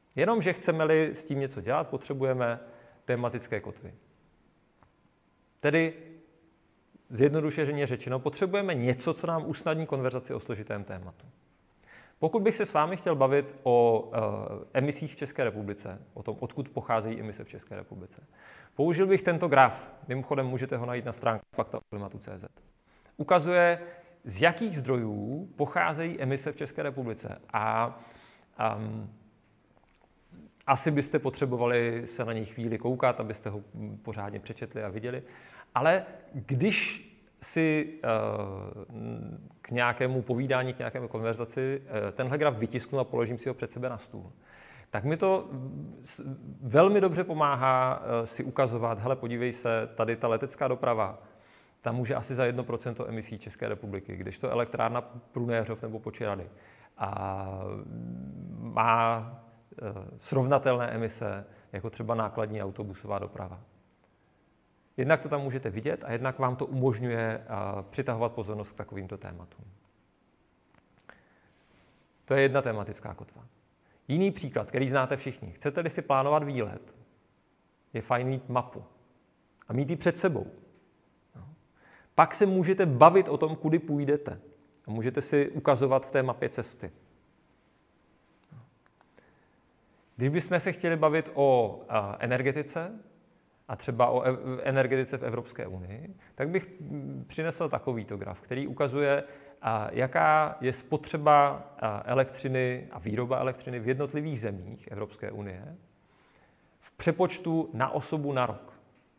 Jenomže chceme-li s tím něco dělat, potřebujeme tematické kotvy. Tedy zjednodušeně řečeno, potřebujeme něco, co nám usnadní konverzaci o složitém tématu. Pokud bych se s vámi chtěl bavit o uh, emisích v České republice, o tom, odkud pocházejí emise v České republice, použil bych tento graf. Mimochodem můžete ho najít na stránkách fakta o klimatu tečka cé zet. Ukazuje, z jakých zdrojů pocházejí emise v České republice. A um, asi byste potřebovali se na něj chvíli koukat, abyste ho pořádně přečetli a viděli. Ale když si k nějakému povídání, k nějakému konverzaci tenhle graf vytisknu a položím si ho před sebe na stůl, tak mi to velmi dobře pomáhá si ukazovat, hele, podívej se, tady ta letecká doprava, tam může asi za jedno procento emisí České republiky, kdežto elektrárna Prunéřov nebo Počerady a má srovnatelné emise, jako třeba nákladní autobusová doprava. Jednak to tam můžete vidět a jednak vám to umožňuje přitahovat pozornost k takovýmto tématům. To je jedna tematická kotva. Jiný příklad, který znáte všichni. Chcete-li si plánovat výlet, je fajn mít mapu a mít ji před sebou. No. Pak se můžete bavit o tom, kudy půjdete. A můžete si ukazovat v té mapě cesty. Když bychom se chtěli bavit o energetice, a třeba o energetice v Evropské unii, tak bych přinesl takovýto graf, který ukazuje, jaká je spotřeba elektřiny a výroba elektřiny v jednotlivých zemích Evropské unie v přepočtu na osobu na rok.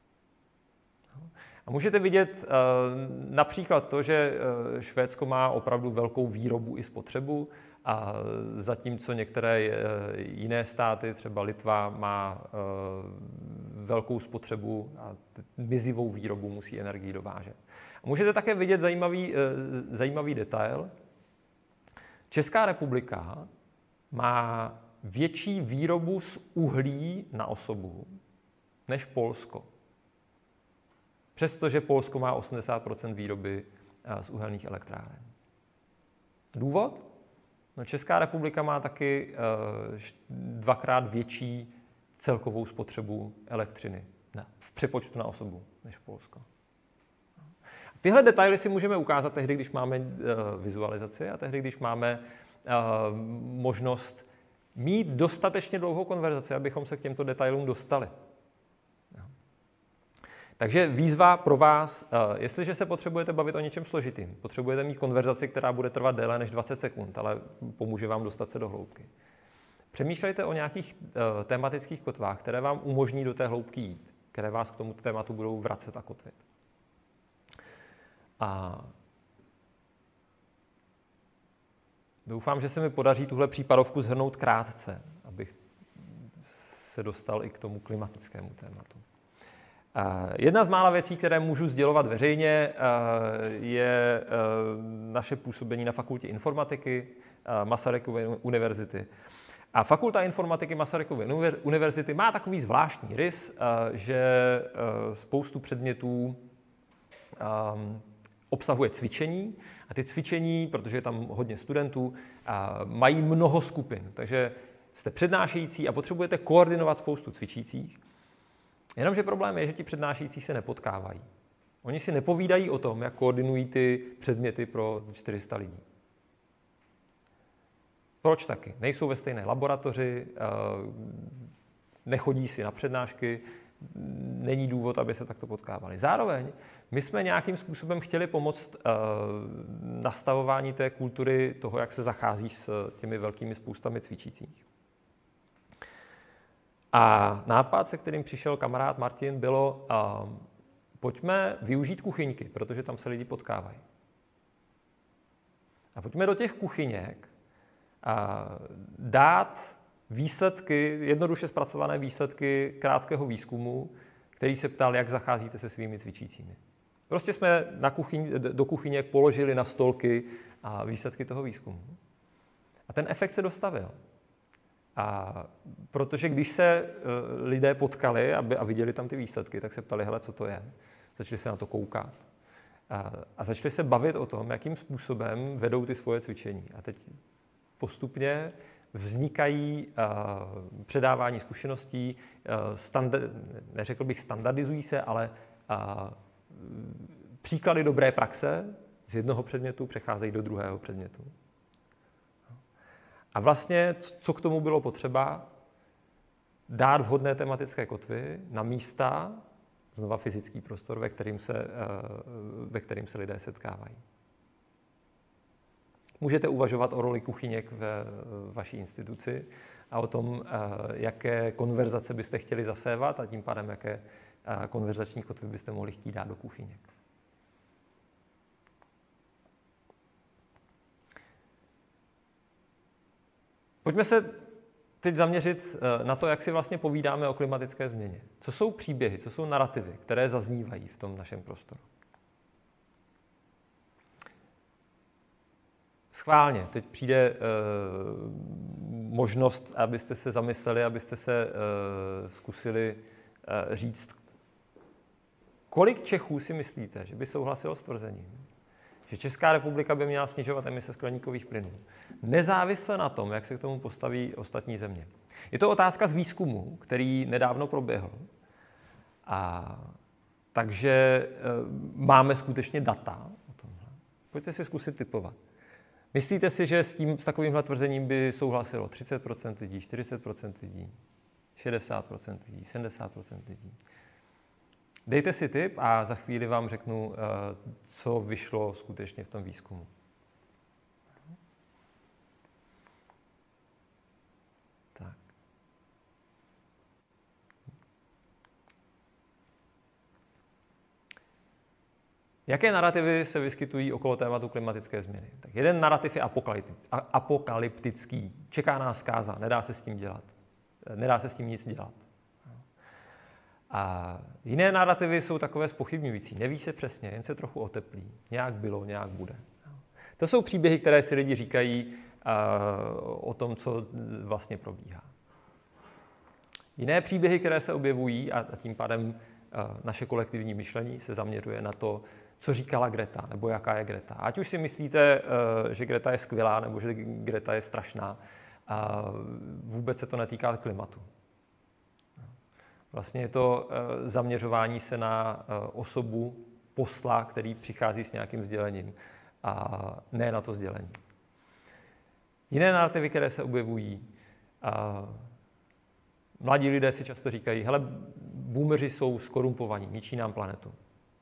A můžete vidět například to, že Švédsko má opravdu velkou výrobu i spotřebu, a zatímco některé jiné státy, třeba Litva, má velkou spotřebu a mizivou výrobu musí energii dovážet. A můžete také vidět zajímavý, zajímavý detail. Česká republika má větší výrobu z uhlí na osobu než Polsko. Přestože Polsko má osmdesát procent výroby z uhelných elektráren. Důvod? No, Česká republika má taky uh, dvakrát větší celkovou spotřebu elektřiny ne, v přepočtu na osobu než Polsko. Tyhle detaily si můžeme ukázat tehdy, když máme uh, vizualizaci a tehdy, když máme uh, možnost mít dostatečně dlouhou konverzaci, abychom se k těmto detailům dostali. Takže výzva pro vás, jestliže se potřebujete bavit o něčem složitým, potřebujete mít konverzaci, která bude trvat déle než dvacet sekund, ale pomůže vám dostat se do hloubky. Přemýšlejte o nějakých tematických kotvách, které vám umožní do té hloubky jít, které vás k tomu tématu budou vracet a kotvit. A doufám, že se mi podaří tuhle případovku shrnout krátce, abych se dostal i k tomu klimatickému tématu. Jedna z mála věcí, které můžu sdělovat veřejně, je naše působení na fakultě informatiky Masarykovy univerzity. A fakulta informatiky Masarykovy univerzity má takový zvláštní rys, že spoustu předmětů obsahuje cvičení a ty cvičení, protože je tam hodně studentů, mají mnoho skupin. Takže jste přednášející a potřebujete koordinovat spoustu cvičících. Jenomže problém je, že ti přednášející se nepotkávají. Oni si nepovídají o tom, jak koordinují ty předměty pro čtyři sta lidí. Proč taky? Nejsou ve stejné laboratoři, nechodí si na přednášky, není důvod, aby se takto potkávali. Zároveň my jsme nějakým způsobem chtěli pomoct nastavování té kultury toho, jak se zachází s těmi velkými spoustami cvičících. A nápad, se kterým přišel kamarád Martin, bylo, uh, pojďme využít kuchyňky, protože tam se lidi potkávají. A pojďme do těch kuchyněk uh, dát výsledky, jednoduše zpracované výsledky krátkého výzkumu, který se ptal, jak zacházíte se svými cvičícími. Prostě jsme na kuchyň, do kuchyněk položili na stolky a výsledky toho výzkumu. A ten efekt se dostavil. A protože když se lidé potkali aby, a viděli tam ty výsledky, tak se ptali, hele, co to je. Začali se na to koukat. A, a začali se bavit o tom, jakým způsobem vedou ty svoje cvičení. A teď postupně vznikají uh, předávání zkušeností, uh, standard, neřekl bych standardizují se, ale uh, příklady dobré praxe z jednoho předmětu přecházejí do druhého předmětu. A vlastně, co k tomu bylo potřeba? Dát vhodné tematické kotvy na místa, znova fyzický prostor, ve kterým se, ve kterým se lidé setkávají. Můžete uvažovat o roli kuchyněk ve vaší instituci a o tom, jaké konverzace byste chtěli zasévat a tím pádem, jaké konverzační kotvy byste mohli chtít dát do kuchyněk. Pojďme se teď zaměřit na to, jak si vlastně povídáme o klimatické změně. Co jsou příběhy, co jsou narrativy, které zaznívají v tom našem prostoru? Schválně, teď přijde uh, možnost, abyste se zamysleli, abyste se uh, zkusili uh, říct, kolik Čechů si myslíte, že by souhlasilo s tvrzením, že Česká republika by měla snižovat emise skleníkových plynů, nezávisle na tom, jak se k tomu postaví ostatní země. Je to otázka z výzkumu, který nedávno proběhl. A takže e, máme skutečně data o tomhle. Pojďte si zkusit tipovat. Myslíte si, že s, tím, s takovýmhle tvrzením by souhlasilo třicet procent lidí, čtyřicet procent lidí, šedesát procent lidí, sedmdesát procent lidí? Dejte si tip a za chvíli vám řeknu, co vyšlo skutečně v tom výzkumu. Tak. Jaké narrativy se vyskytují okolo tématu klimatické změny? Tak jeden narrativ je apokalyptický. Čeká nás zkáza, nedá se s tím dělat. Nedá se s tím nic dělat. A jiné narrativy jsou takové zpochybňující. Neví se přesně, jen se trochu oteplí. Nějak bylo, nějak bude. To jsou příběhy, které si lidi říkají uh, o tom, co vlastně probíhá. Jiné příběhy, které se objevují, a tím pádem uh, naše kolektivní myšlení se zaměřuje na to, co říkala Greta, nebo jaká je Greta. Ať už si myslíte, uh, že Greta je skvělá, nebo že Greta je strašná, uh, vůbec se to netýká klimatu. Vlastně je to zaměřování se na osobu posla, který přichází s nějakým sdělením a ne na to sdělení. Jiné narrativy, které se objevují, mladí lidé si často říkají, hele, boomeři jsou skorumpovaní, ničí nám planetu.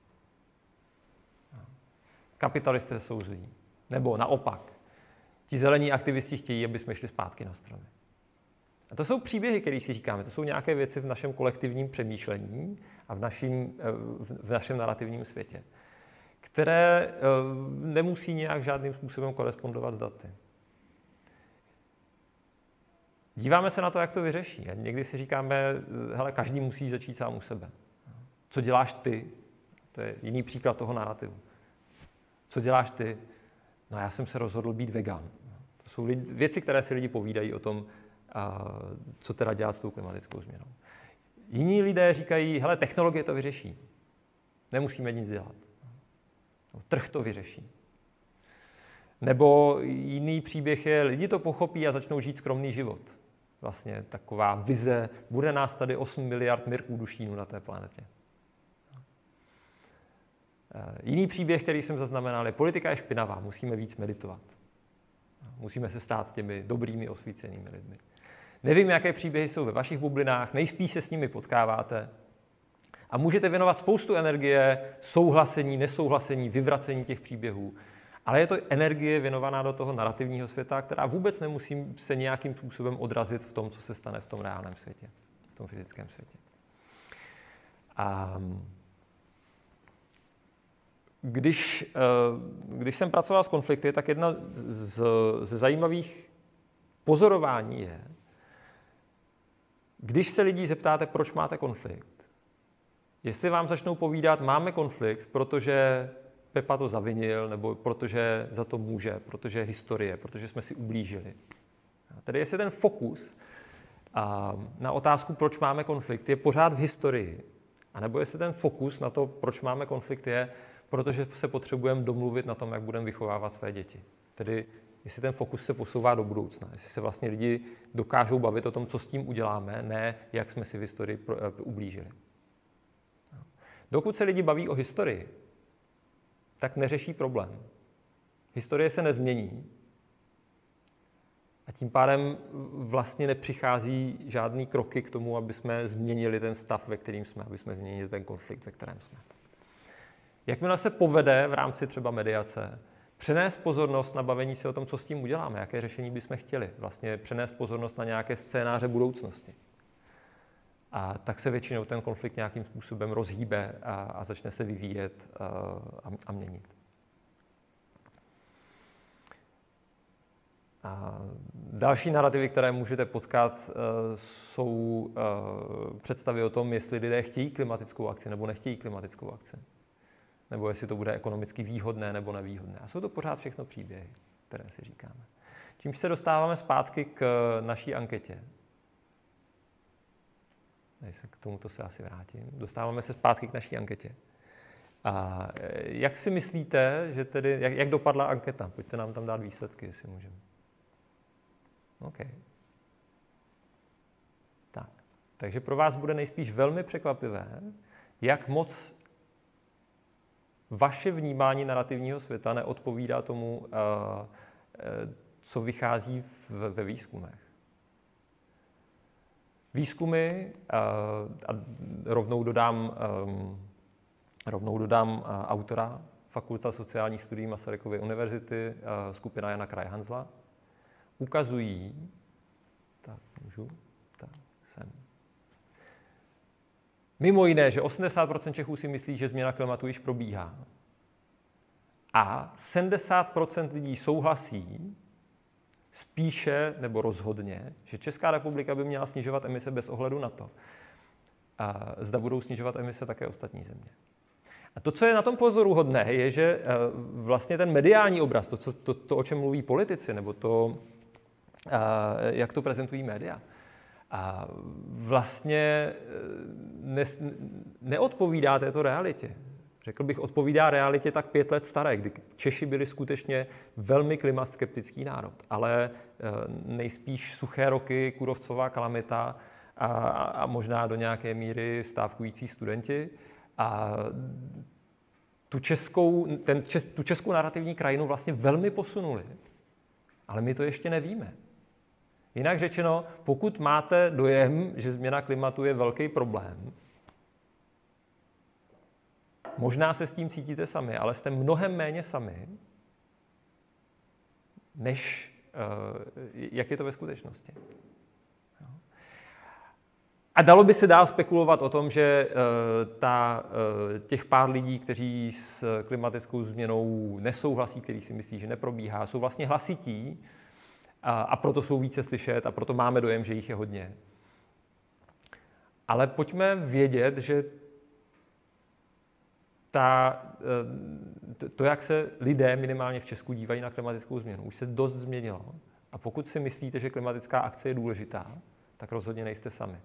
Kapitalisté jsou zlí. Nebo naopak, ti zelení aktivisti chtějí, aby jsme šli zpátky na stromy. A to jsou příběhy, které si říkáme, to jsou nějaké věci v našem kolektivním přemýšlení a v našem, v našem narrativním světě, které nemusí nějak žádným způsobem korespondovat s daty. Díváme se na to, jak to vyřeší. A někdy si říkáme, hele, každý musí začít sám u sebe. Co děláš ty? To je jiný příklad toho narrativu. Co děláš ty? No, já jsem se rozhodl být vegan. To jsou lidi, věci, které si lidi povídají o tom, a co teda dělat s tou klimatickou změnou. Jiní lidé říkají, hele, technologie to vyřeší. Nemusíme nic dělat. Trh to vyřeší. Nebo jiný příběh je, lidi to pochopí a začnou žít skromný život. Vlastně taková vize, bude nás tady osm miliard myrků dušínů na té planetě. Jiný příběh, který jsem zaznamenal, je, politika je špinavá, musíme víc meditovat. Musíme se stát těmi dobrými, osvícenými lidmi. Nevím, jaké příběhy jsou ve vašich bublinách, nejspíš se s nimi potkáváte. A můžete věnovat spoustu energie, souhlasení, nesouhlasení, vyvracení těch příběhů. Ale je to energie věnovaná do toho narrativního světa, která vůbec nemusí se nějakým způsobem odrazit v tom, co se stane v tom reálném světě, v tom fyzickém světě. A když, když jsem pracoval s konflikty, tak jedna z, ze zajímavých pozorování je, když se lidí zeptáte, proč máte konflikt, jestli vám začnou povídat, máme konflikt, protože Pepa to zavinil, nebo protože za to může, protože je historie, protože jsme si ublížili. Tedy jestli ten fokus a, na otázku, proč máme konflikt, je pořád v historii, anebo jestli ten fokus na to, proč máme konflikt, je, protože se potřebujeme domluvit na tom, jak budeme vychovávat své děti. Tedy jestli ten fokus se posouvá do budoucna, jestli se vlastně lidi dokážou bavit o tom, co s tím uděláme, ne jak jsme si v historii ublížili. Dokud se lidi baví o historii, tak neřeší problém. Historie se nezmění a tím pádem vlastně nepřichází žádný kroky k tomu, aby jsme změnili ten stav, ve kterým jsme, aby jsme změnili ten konflikt, ve kterém jsme. Jakmile se povede v rámci třeba mediace přenést pozornost na bavení si o tom, co s tím uděláme, jaké řešení bychom chtěli, vlastně přenést pozornost na nějaké scénáře budoucnosti. A tak se většinou ten konflikt nějakým způsobem rozhýbe a, a začne se vyvíjet a, a měnit. A další narrativy, které můžete potkat, jsou představy o tom, jestli lidé chtějí klimatickou akci nebo nechtějí klimatickou akci. Nebo jestli to bude ekonomicky výhodné nebo nevýhodné. A jsou to pořád všechno příběhy, které si říkáme. Čímž se dostáváme zpátky k naší anketě. Se k tomuto se asi vrátím. Dostáváme se zpátky k naší anketě. A jak si myslíte, že tedy, jak, jak dopadla anketa? Pojďte nám tam dát výsledky, jestli můžeme. OK. Tak. Takže pro vás bude nejspíš velmi překvapivé, jak moc vaše vnímání narrativního světa neodpovídá tomu, co vychází ve výzkumech. Výzkumy, a rovnou dodám, rovnou dodám autora, Fakulta sociálních studií Masarykovy univerzity, skupina Jana Krajhanzla, ukazují, tak můžu, tak sem. Mimo jiné, že osmdesát procent Čechů si myslí, že změna klimatu již probíhá. A sedmdesát procent lidí souhlasí spíše nebo rozhodně, že Česká republika by měla snižovat emise bez ohledu na to, a zda budou snižovat emise také ostatní země. A to, co je na tom pozoruhodné, je, že vlastně ten mediální obraz, to, co, to, to o čem mluví politici, nebo to, jak to prezentují média, a vlastně ne, neodpovídá této realitě. Řekl bych, odpovídá realitě tak pět let staré, kdy Češi byli skutečně velmi klimaskeptický národ, ale nejspíš suché roky, kůrovcová kalamita a, a možná do nějaké míry stávkující studenti. A tu českou, ten, čes, tu českou narrativní krajinu vlastně velmi posunuli. Ale my to ještě nevíme. Jinak řečeno, pokud máte dojem, že změna klimatu je velký problém, možná se s tím cítíte sami, ale jste mnohem méně sami, než jak je to ve skutečnosti. A dalo by se dál spekulovat o tom, že ta, těch pár lidí, kteří s klimatickou změnou nesouhlasí, kteří si myslí, že neprobíhá, jsou vlastně hlasití a, a proto jsou více slyšet a proto máme dojem, že jich je hodně. Ale pojďme vědět, že ta, to, jak se lidé minimálně v Česku dívají na klimatickou změnu, už se dost změnilo. A pokud si myslíte, že klimatická akce je důležitá, tak rozhodně nejste sami.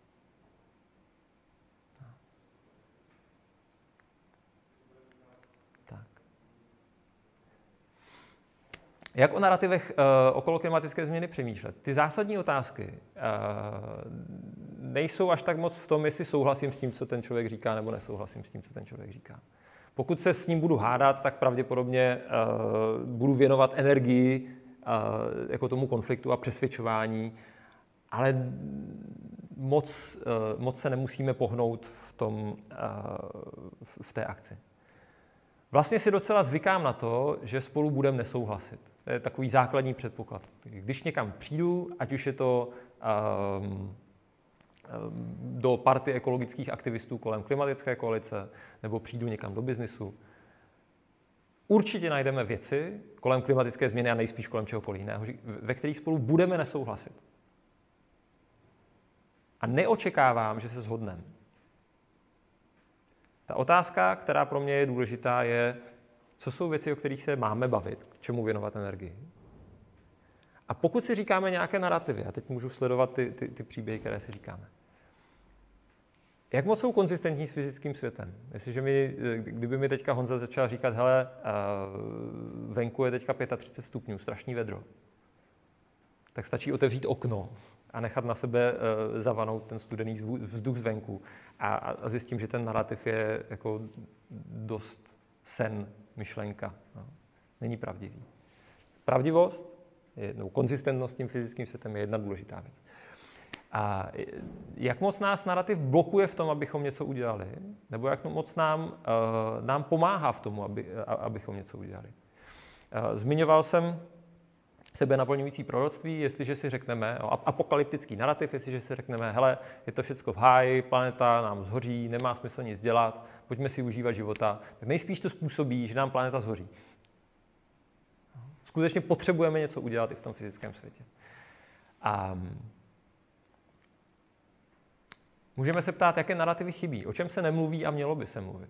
Jak o narrativech uh, okolo klimatické změny přemýšlet? Ty zásadní otázky uh, nejsou až tak moc v tom, jestli souhlasím s tím, co ten člověk říká, nebo nesouhlasím s tím, co ten člověk říká. Pokud se s ním budu hádat, tak pravděpodobně uh, budu věnovat energii uh, jako tomu konfliktu a přesvědčování, ale moc, uh, moc se nemusíme pohnout v, tom, uh, v té akci. Vlastně si docela zvykám na to, že spolu budeme nesouhlasit. To je takový základní předpoklad. Když někam přijdu, ať už je to um, do party ekologických aktivistů kolem klimatické koalice, nebo přijdu někam do biznisu, určitě najdeme věci kolem klimatické změny a nejspíš kolem čehokoliv jiného, ve kterých spolu budeme nesouhlasit. A neočekávám, že se shodneme. Ta otázka, která pro mě je důležitá, je, co jsou věci, o kterých se máme bavit, k čemu věnovat energii. A pokud si říkáme nějaké narrativy, a teď můžu sledovat ty, ty, ty příběhy, které si říkáme, Jak moc jsou konzistentní s fyzickým světem? Jestliže mi, kdyby mi teďka Honza začal říkat, hele, venku je teďka třicet pět stupňů, strašný vedro, tak stačí otevřít okno a nechat na sebe zavanout ten studený vzduch zvenku. A, a zjistím, že ten narrativ je jako dost sen, myšlenka. No. Není pravdivý. Pravdivost, je, no, konzistentnost s tím fyzickým světem je jedna důležitá věc. A jak moc nás narrativ blokuje v tom, abychom něco udělali? Nebo jak moc nám, uh, nám pomáhá v tomu, aby, abychom něco udělali? Uh, zmiňoval jsem sebenaplňující proroctví, jestliže si řekneme, no, apokalyptický narrativ, jestliže si řekneme, hele, je to všecko v háji, planeta nám zhoří, nemá smysl nic dělat, pojďme si užívat života, tak nejspíš to způsobí, že nám planeta zhoří. Skutečně potřebujeme něco udělat i v tom fyzickém světě. A můžeme se ptát, jaké narrativy chybí, o čem se nemluví a mělo by se mluvit.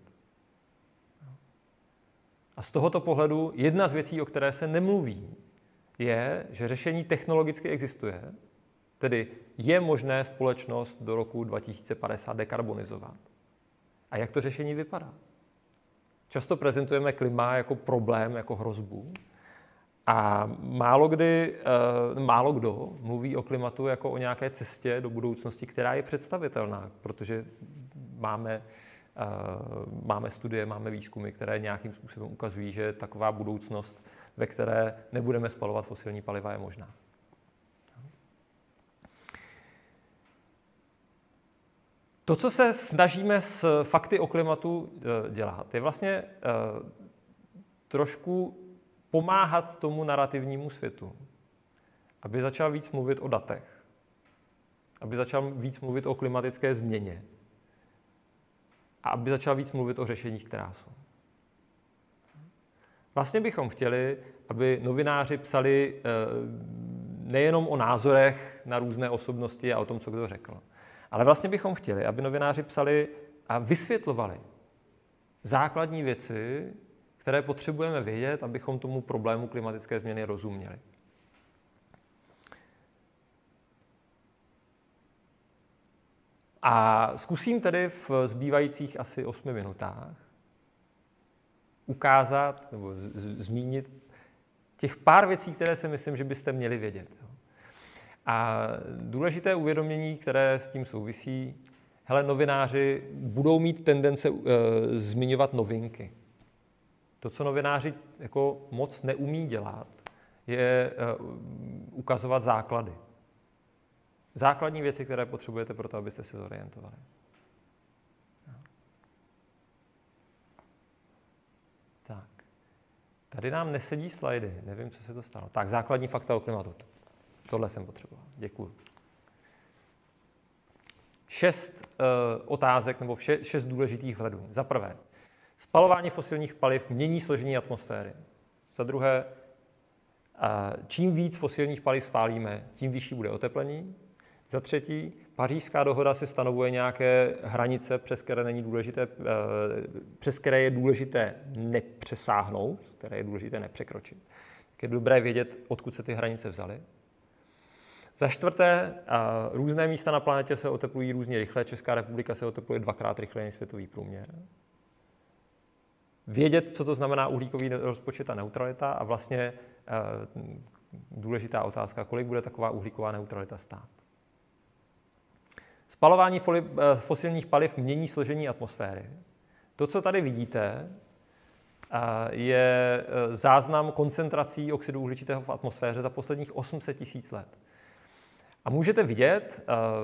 A z tohoto pohledu jedna z věcí, o které se nemluví, je, že řešení technologicky existuje, tedy je možné společnost do roku dva tisíce padesát dekarbonizovat. A jak to řešení vypadá? Často prezentujeme klima jako problém, jako hrozbu, a málo kdy, málo kdo mluví o klimatu jako o nějaké cestě do budoucnosti, která je představitelná, protože máme, máme studie, máme výzkumy, které nějakým způsobem ukazují, že taková budoucnost, ve které nebudeme spalovat fosilní paliva, je možná. To, co se snažíme s fakty o klimatu dělat, je vlastně trošku pomáhat tomu narrativnímu světu, aby začal víc mluvit o datech, aby začal víc mluvit o klimatické změně a aby začal víc mluvit o řešeních, která jsou. Vlastně bychom chtěli, aby novináři psali nejenom o názorech na různé osobnosti a o tom, co kdo řekl, ale vlastně bychom chtěli, aby novináři psali a vysvětlovali základní věci, které potřebujeme vědět, abychom tomu problému klimatické změny rozuměli. A zkusím tedy v zbývajících asi osmi minutách ukázat nebo z- z- zmínit těch pár věcí, které si myslím, že byste měli vědět. A důležité uvědomění, které s tím souvisí, hele, novináři budou mít tendence uh, zmiňovat novinky. To, co novináři jako moc neumí dělat, je uh, ukazovat základy. Základní věci, které potřebujete pro to, abyste se zorientovali. Tak. Tady nám nesedí slajdy. Nevím, co se to stalo. Tak, základní fakta o klimatu. Tohle jsem potřeboval. Děkuju. Šest uh, otázek nebo vše, šest důležitých vhledů. Za prvé, spalování fosilních paliv mění složení atmosféry. Za druhé, uh, čím víc fosilních paliv spálíme, tím vyšší bude oteplení. Za třetí, Pařížská dohoda si stanovuje nějaké hranice, přes které, není důležité, uh, přes které je důležité nepřesáhnout, které je důležité nepřekročit. Tak je dobré vědět, odkud se ty hranice vzaly. Za čtvrté, různé místa na planetě se oteplují různě rychle. Česká republika se otepluje dvakrát rychleji než světový průměr. Vědět, co to znamená uhlíkový rozpočet a neutralita a vlastně důležitá otázka, kolik bude taková uhlíková neutralita stát. Spalování fosilních paliv mění složení atmosféry. To, co tady vidíte, je záznam koncentrací oxidu uhličitého v atmosféře za posledních osm set tisíc let. A můžete vidět,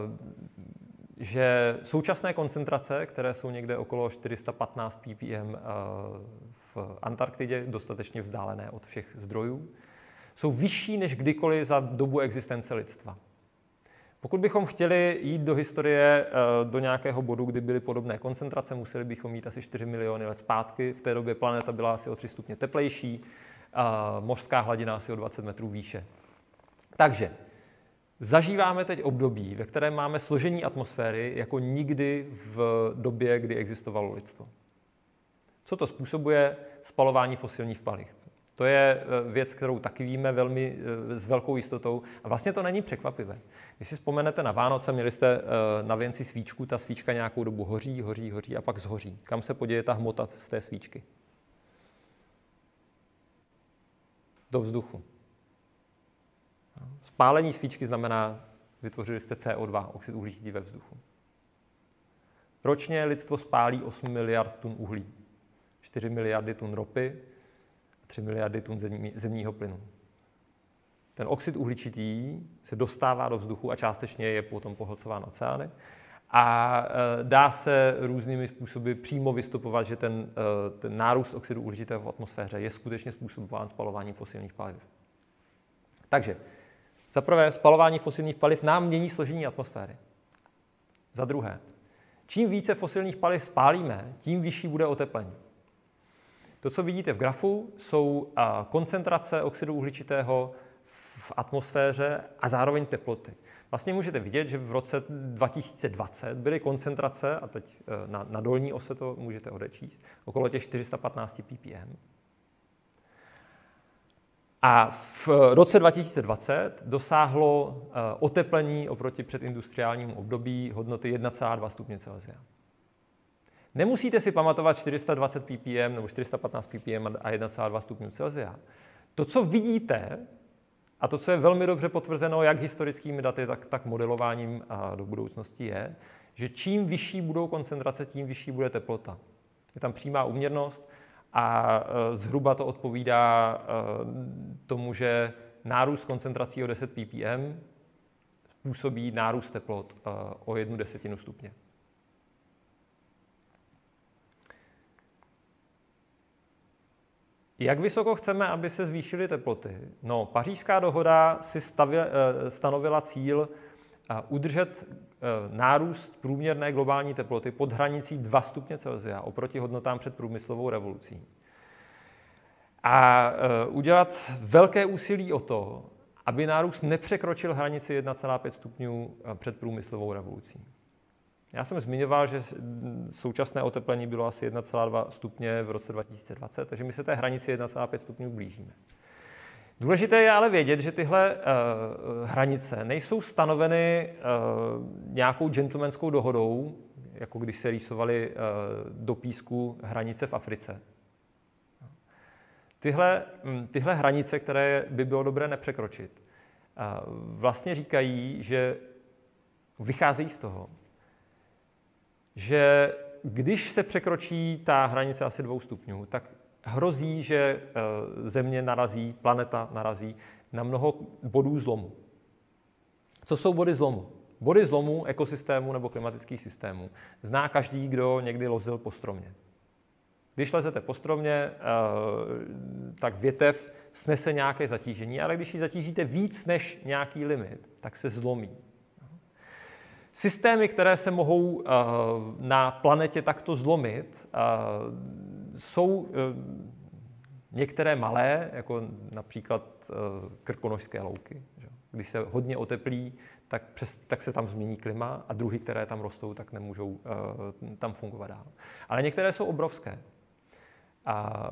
že současné koncentrace, které jsou někde okolo čtyři sta patnáct ppm v Antarktidě, dostatečně vzdálené od všech zdrojů, jsou vyšší než kdykoliv za dobu existence lidstva. Pokud bychom chtěli jít do historie do nějakého bodu, kdy byly podobné koncentrace, museli bychom jít asi čtyři miliony let zpátky. V té době planeta byla asi o tři stupně teplejší, a mořská hladina asi o dvacet metrů výše. Takže zažíváme teď období, ve kterém máme složení atmosféry jako nikdy v době, kdy existovalo lidstvo. Co to způsobuje? Spalování fosilních paliv. To je věc, kterou taky víme velmi s velkou jistotou. A vlastně to není překvapivé. Když si vzpomenete na Vánoce, měli jste na věnci svíčku, ta svíčka nějakou dobu hoří, hoří, hoří a pak zhoří. Kam se poděje ta hmota z té svíčky? Do vzduchu. Spálení svíčky znamená, vytvořili jste C O dva, oxid uhličitý ve vzduchu. Ročně lidstvo spálí osm miliard tun uhlí, čtyři miliardy tun ropy, tři miliardy tun zemí, zemního plynu. Ten oxid uhličitý se dostává do vzduchu a částečně je potom pohlcován oceány. A dá se různými způsoby přímo vystupovat, že ten, ten nárůst oxidu uhličitého v atmosféře je skutečně způsobován spalováním fosilních paliv. Takže, za prvé, spalování fosilních paliv nám mění složení atmosféry. Za druhé, čím více fosilních paliv spálíme, tím vyšší bude oteplení. To, co vidíte v grafu, jsou koncentrace oxidu uhličitého v atmosféře a zároveň teploty. Vlastně můžete vidět, že v roce dva tisíce dvacet byly koncentrace, a teď na, na dolní ose to můžete odečíst, okolo těch čtyři sta patnáct ppm. A v roce dva tisíce dvacet dosáhlo oteplení oproti předindustriálnímu období hodnoty jedna celá dva stupně Celsia. Nemusíte si pamatovat čtyři sta dvacet ppm nebo čtyři sta patnáct ppm a jedna celá dva stupňů Celsia. To, co vidíte, a to, co je velmi dobře potvrzeno jak historickými daty, tak, tak modelováním a do budoucnosti, je, že čím vyšší budou koncentrace, tím vyšší bude teplota. Je tam přímá úměrnost a zhruba to odpovídá tomu, že nárůst koncentrací o deset ppm způsobí nárůst teplot o jednu desetinu stupně. Jak vysoko chceme, aby se zvýšily teploty? No, Pařížská dohoda si stavě, stanovila cíl udržet nárůst průměrné globální teploty pod hranicí dva stupně Celsia oproti hodnotám před průmyslovou revolucí. A udělat velké úsilí o to, aby nárůst nepřekročil hranici jedna celá pět stupňů před průmyslovou revolucí. Já jsem zmiňoval, že současné oteplení bylo asi jedna celá dva stupně v roce dva tisíce dvacet, takže my se té hranici jedna celá pět stupňů blížíme. Důležité je ale vědět, že tyhle uh, hranice nejsou stanoveny uh, nějakou gentlemanskou dohodou, jako když se rýsovaly uh, do písku hranice v Africe. Tyhle, tyhle hranice, které by bylo dobré nepřekročit, uh, vlastně říkají, že vycházejí z toho, že když se překročí ta hranice asi dvou stupňů, tak hrozí, že Země narazí, planeta narazí na mnoho bodů zlomu. Co jsou body zlomu? Body zlomu ekosystému nebo klimatických systémů zná každý, kdo někdy lozil po stromě. Když lezete po stromě, tak větev snese nějaké zatížení, ale když ji zatížíte víc než nějaký limit, tak se zlomí. Systémy, které se mohou na planetě takto zlomit, jsou některé malé, jako například krkonošské louky. Když se hodně oteplí, tak, přes, tak se tam změní klima a druhy, které tam rostou, tak nemůžou tam fungovat dál. Ale některé jsou obrovské. A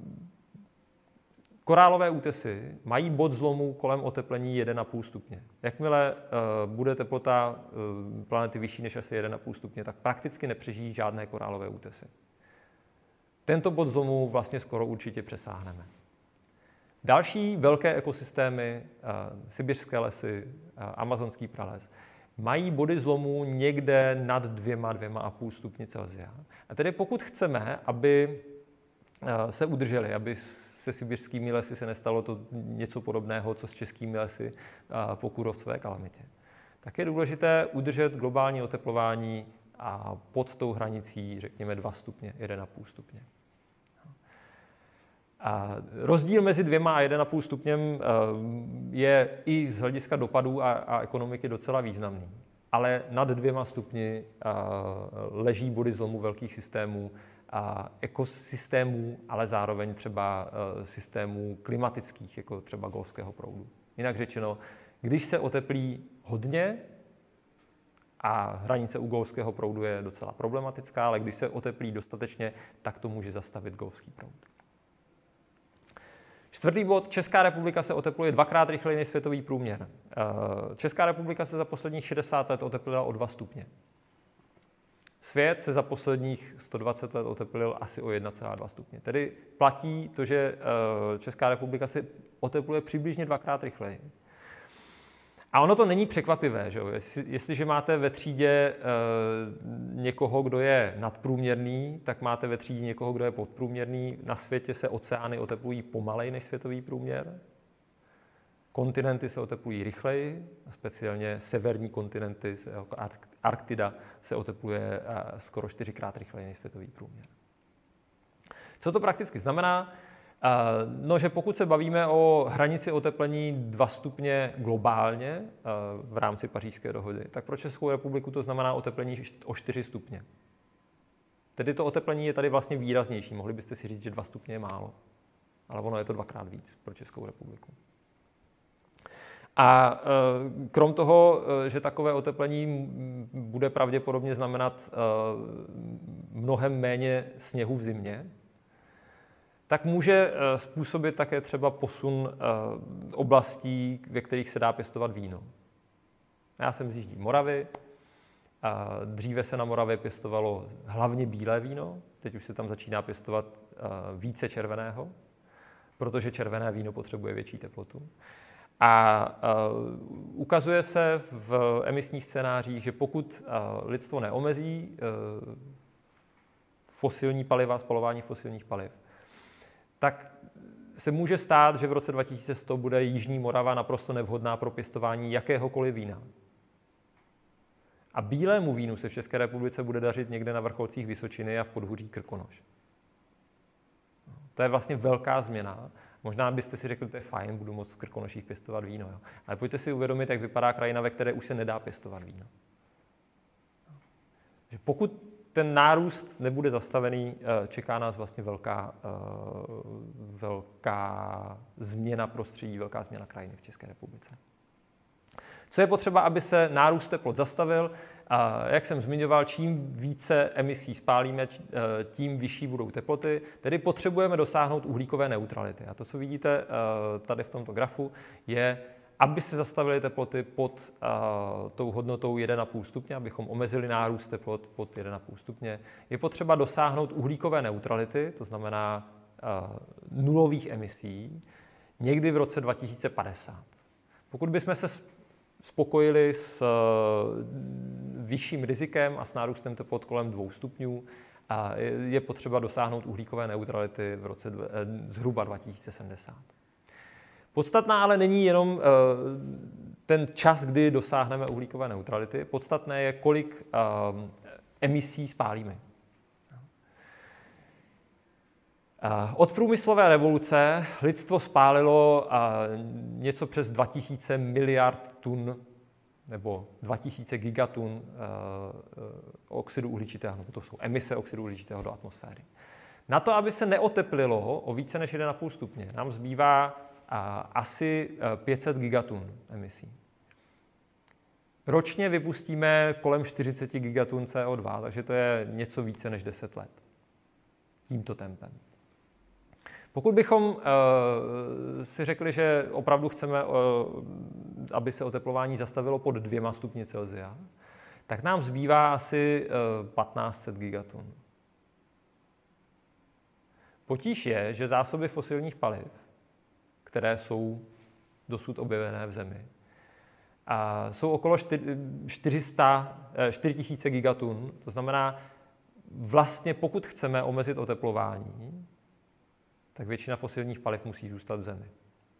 korálové útesy mají bod zlomu kolem oteplení jedna celá pět stupně. Jakmile uh, bude teplota uh, planety vyšší než asi jedna celá pět stupně, tak prakticky nepřežijí žádné korálové útesy. Tento bod zlomu vlastně skoro určitě přesáhneme. Další velké ekosystémy, uh, sibiřské lesy, uh, amazonský prales, mají body zlomu někde nad dvěma, dvěma a půl stupni Celsia. A tedy pokud chceme, aby uh, se udrželi, aby se sibiřskými lesy se nestalo to něco podobného, co s českými lesy po kůrovcové kalamitě, tak je důležité udržet globální oteplování a pod tou hranicí, řekněme, dva stupně, jedna celá pět stupně. A rozdíl mezi dvěma a jedna celá pět stupněm je i z hlediska dopadů a, a ekonomiky docela významný. Ale nad dvěma stupni leží body zlomu velkých systémů, a ekosystémů, ale zároveň třeba systémů klimatických, jako třeba golfského proudu. Jinak řečeno, když se oteplí hodně, a hranice u golfského proudu je docela problematická, ale když se oteplí dostatečně, tak to může zastavit golfský proud. Čtvrtý bod. Česká republika se otepluje dvakrát rychleji než světový průměr. Česká republika se za posledních šedesát let oteplila o dva stupně. Svět se za posledních sto dvacet let oteplil asi o jedna celá dva stupně. Tedy platí to, že Česká republika se otepluje přibližně dvakrát rychleji. A ono to není překvapivé, že jo? Jestli, jestliže máte ve třídě e, někoho, kdo je nadprůměrný, tak máte ve třídě někoho, kdo je podprůměrný. Na světě se oceány oteplují pomalej než světový průměr. Kontinenty se oteplují rychleji, speciálně severní kontinenty, jako Arktida, se otepluje skoro čtyřikrát rychleji než světový průměr. Co to prakticky znamená? No, že pokud se bavíme o hranici oteplení dva stupně globálně v rámci Pařížské dohody, tak pro Českou republiku to znamená oteplení o čtyři stupně. Tedy to oteplení je tady vlastně výraznější. Mohli byste si říct, že dva stupně je málo, ale ono je to dvakrát víc pro Českou republiku. A krom toho, že takové oteplení bude pravděpodobně znamenat mnohem méně sněhu v zimě, tak může způsobit také třeba posun oblastí, ve kterých se dá pěstovat víno. Já jsem z jižní Moravy. Dříve se na Moravě pěstovalo hlavně bílé víno, teď už se tam začíná pěstovat více červeného, protože červené víno potřebuje větší teplotu. A uh, ukazuje se v emisních scénářích, že pokud uh, lidstvo neomezí uh, fosilní paliva, spalování fosilních paliv, tak se může stát, že v roce dva tisíce sto bude jižní Morava naprosto nevhodná pro pěstování jakéhokoliv vína. A bílému vínu se v České republice bude dařit někde na vrcholcích Vysočiny a v podhůří Krkonoš. To je vlastně velká změna. Možná byste si řekli, to je fajn, budu moct v Krkonoších pěstovat víno. Jo. Ale pojďte si uvědomit, jak vypadá krajina, ve které už se nedá pěstovat víno. Že pokud ten nárůst nebude zastavený, čeká nás vlastně velká, velká změna prostředí, velká změna krajiny v České republice. Co je potřeba, aby se nárůst teplot zastavil? Jak jsem zmiňoval, čím více emisí spálíme, tím vyšší budou teploty, tedy potřebujeme dosáhnout uhlíkové neutrality. A to, co vidíte tady v tomto grafu, je, aby se zastavily teploty pod tou hodnotou jedna celá pět stupně, abychom omezili nárůst teplot pod jedna celá pět stupně, je potřeba dosáhnout uhlíkové neutrality, to znamená nulových emisí, někdy v roce dva tisíce padesát. Pokud bychom se spokojili s vyšším rizikem a s nárůstem teplot kolem dvou stupňů, a je potřeba dosáhnout uhlíkové neutrality v roce zhruba dva tisíce sedmdesát. Podstatná ale není jenom ten čas, kdy dosáhneme uhlíkové neutrality. Podstatné je, kolik emisí spálíme. Od průmyslové revoluce lidstvo spálilo něco přes dva tisíce miliard tun nebo dva tisíce gigatun oxidu uhličitého, nebo to jsou emise oxidu uhličitého do atmosféry. Na to, aby se neoteplilo o více než jedna celá pět stupně, nám zbývá asi pět set gigatun emisí. Ročně vypustíme kolem čtyřicet gigatun C O dva, takže to je něco více než deset let. Tímto tempem. Pokud bychom uh, si řekli, že opravdu chceme, uh, aby se oteplování zastavilo pod dvěma stupni Celsia, tak nám zbývá asi uh, patnáct set gigatun. Potíž je, že zásoby fosilních paliv, které jsou dosud objevené v Zemi, a jsou okolo čtyři tisíce gigatun, to znamená, vlastně pokud chceme omezit oteplování, tak většina fosilních paliv musí zůstat v Zemi.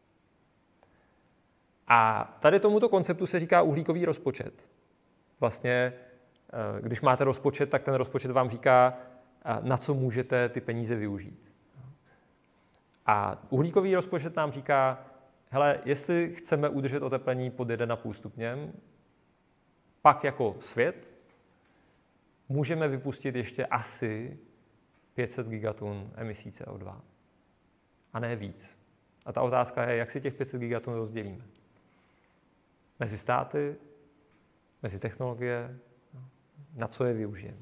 A tady tomuto konceptu se říká uhlíkový rozpočet. Vlastně, když máte rozpočet, tak ten rozpočet vám říká, na co můžete ty peníze využít. A uhlíkový rozpočet nám říká, hele, jestli chceme udržet oteplení pod jedna celá pět stupněm, pak jako svět můžeme vypustit ještě asi pět set gigatun emisí C O dva. A ne víc. A ta otázka je, jak si těch pět set gigatun rozdělíme. Mezi státy, mezi technologie, na co je využijeme.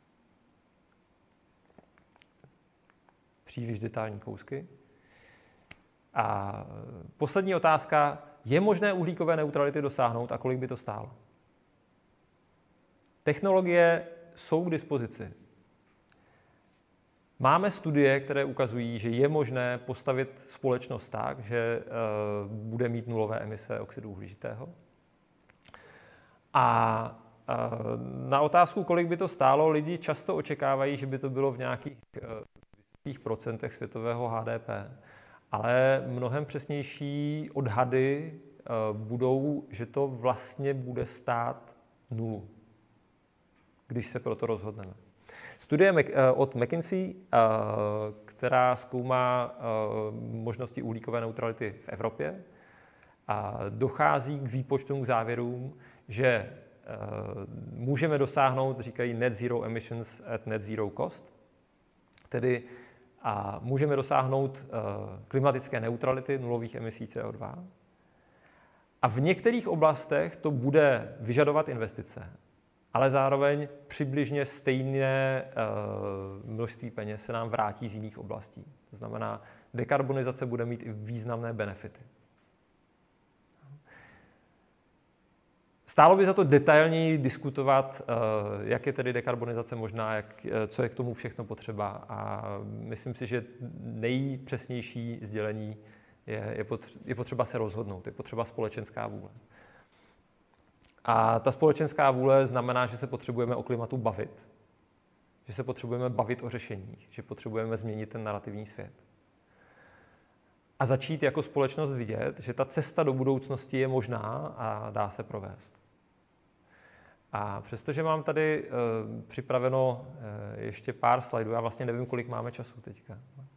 Příliš detailní kousky. A poslední otázka, je možné uhlíkové neutrality dosáhnout a kolik by to stálo? Technologie jsou k dispozici. Máme studie, které ukazují, že je možné postavit společnost tak, že uh, bude mít nulové emise oxidu uhličitého. A uh, na otázku, kolik by to stálo, lidi často očekávají, že by to bylo v nějakých uh, vysokých procentech světového H D P. Ale mnohem přesnější odhady uh, budou, že to vlastně bude stát nulu, když se pro to rozhodneme. Studie od McKinsey, která zkoumá možnosti uhlíkové neutrality v Evropě, dochází k výpočtům, k závěrům, že můžeme dosáhnout, říkají net zero emissions at net zero cost, tedy můžeme dosáhnout klimatické neutrality, nulových emisí C O dva. A v některých oblastech to bude vyžadovat investice, ale zároveň přibližně stejné uh, množství peněz se nám vrátí z jiných oblastí. To znamená, dekarbonizace bude mít i významné benefity. Stálo by za to detailněji diskutovat, uh, jak je tedy dekarbonizace možná, jak, co je k tomu všechno potřeba. A myslím si, že nejpřesnější sdělení je, je, potřeba, je potřeba se rozhodnout, je potřeba společenská vůle. A ta společenská vůle znamená, že se potřebujeme o klimatu bavit, že se potřebujeme bavit o řešeních, že potřebujeme změnit ten narrativní svět. A začít jako společnost vidět, že ta cesta do budoucnosti je možná a dá se provést. A přestože mám tady uh, připraveno uh, ještě pár slajdů, já vlastně nevím, kolik máme času teďka.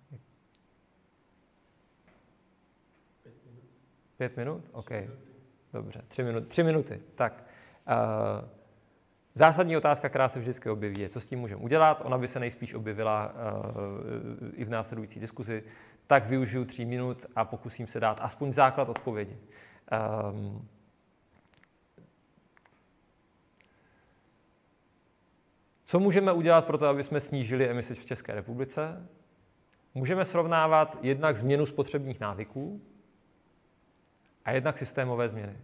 Pět minut. Pět minut? OK. Dobře, tři minuty. Tři minuty. Tak, uh, zásadní otázka, která se vždycky objeví, je, co s tím můžeme udělat. Ona by se nejspíš objevila uh, i v následující diskuzi. Tak využiju tří minut a pokusím se dát aspoň základ odpovědi. Um, co můžeme udělat pro to, aby jsme snížili emise v České republice? Můžeme srovnávat jednak změnu spotřebních návyků, a jednak systémové změny.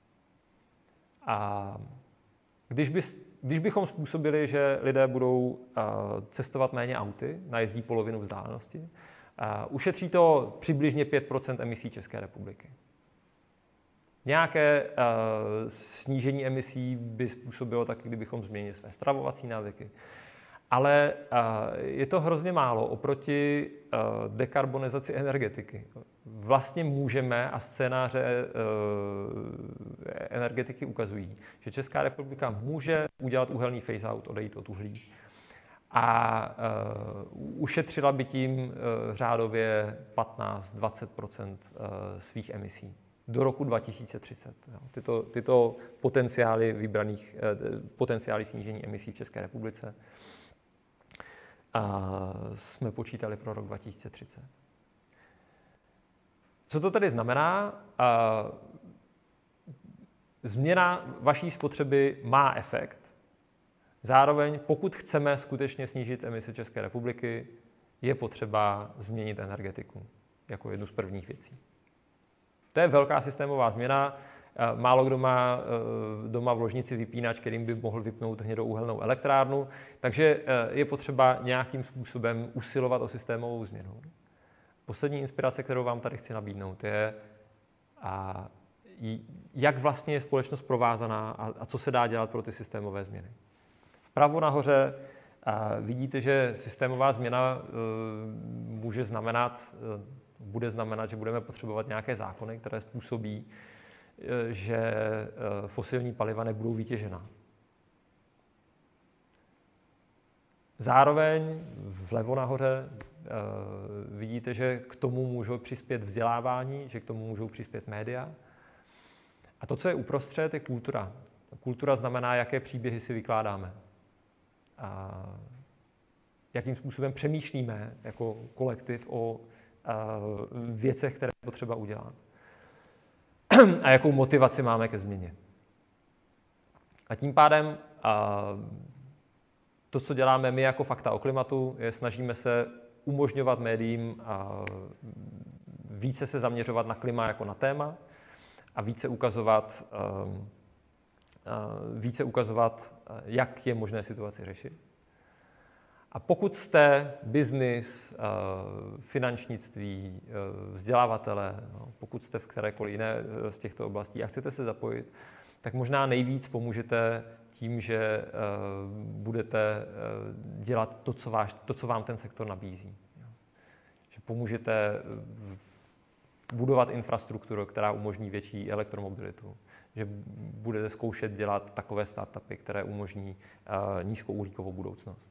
A když, by, když bychom způsobili, že lidé budou uh, cestovat méně auty, najezdí polovinu vzdálenosti, uh, ušetří to přibližně pět procent emisí České republiky. Nějaké uh, snížení emisí by způsobilo taky, kdybychom změnili své stravovací návyky. Ale uh, je to hrozně málo oproti uh, dekarbonizaci energetiky. Vlastně můžeme, a scénáře uh, energetiky ukazují, že Česká republika může udělat uhelný phase-out, odejít od uhlí. A uh, ušetřila by tím uh, řádově patnáct až dvacet procent uh, svých emisí do roku dva tisíce třicet. Jo. Tyto, tyto potenciály vybraných, uh, potenciály snížení emisí v České republice a jsme počítali pro rok dva tisíce třicet. Co to tedy znamená? Změna vaší spotřeby má efekt. Zároveň, pokud chceme skutečně snížit emise České republiky, je potřeba změnit energetiku jako jednu z prvních věcí. To je velká systémová změna. Málo kdo má doma v ložnici vypínač, kterým by mohl vypnout hnědouhelnou elektrárnu, takže je potřeba nějakým způsobem usilovat o systémovou změnu. Poslední inspirace, kterou vám tady chci nabídnout, je, a jak vlastně je společnost provázaná a co se dá dělat pro ty systémové změny. Vpravo nahoře vidíte, že systémová změna může znamenat, bude znamenat, že budeme potřebovat nějaké zákony, které způsobí, že fosilní paliva nebudou vytěžena. Zároveň vlevo nahoře vidíte, že k tomu můžou přispět vzdělávání, že k tomu můžou přispět média. A to, co je uprostřed, je kultura. Kultura znamená, jaké příběhy si vykládáme. A jakým způsobem přemýšlíme jako kolektiv o věcech, které je potřeba udělat. A jakou motivaci máme ke změně. A tím pádem a to, co děláme my jako Fakta o klimatu, je snažíme se umožňovat médiím a více se zaměřovat na klima jako na téma a více ukazovat, více ukazovat, jak je možné situaci řešit. A pokud jste biznis, finančnictví, vzdělávatele, pokud jste v kterékoliv jiné z těchto oblastí a chcete se zapojit, tak možná nejvíc pomůžete tím, že budete dělat to, co, váš, to, co vám ten sektor nabízí. Že pomůžete budovat infrastrukturu, která umožní větší elektromobilitu. Že budete zkoušet dělat takové startupy, které umožní nízkouhlíkovou budoucnost.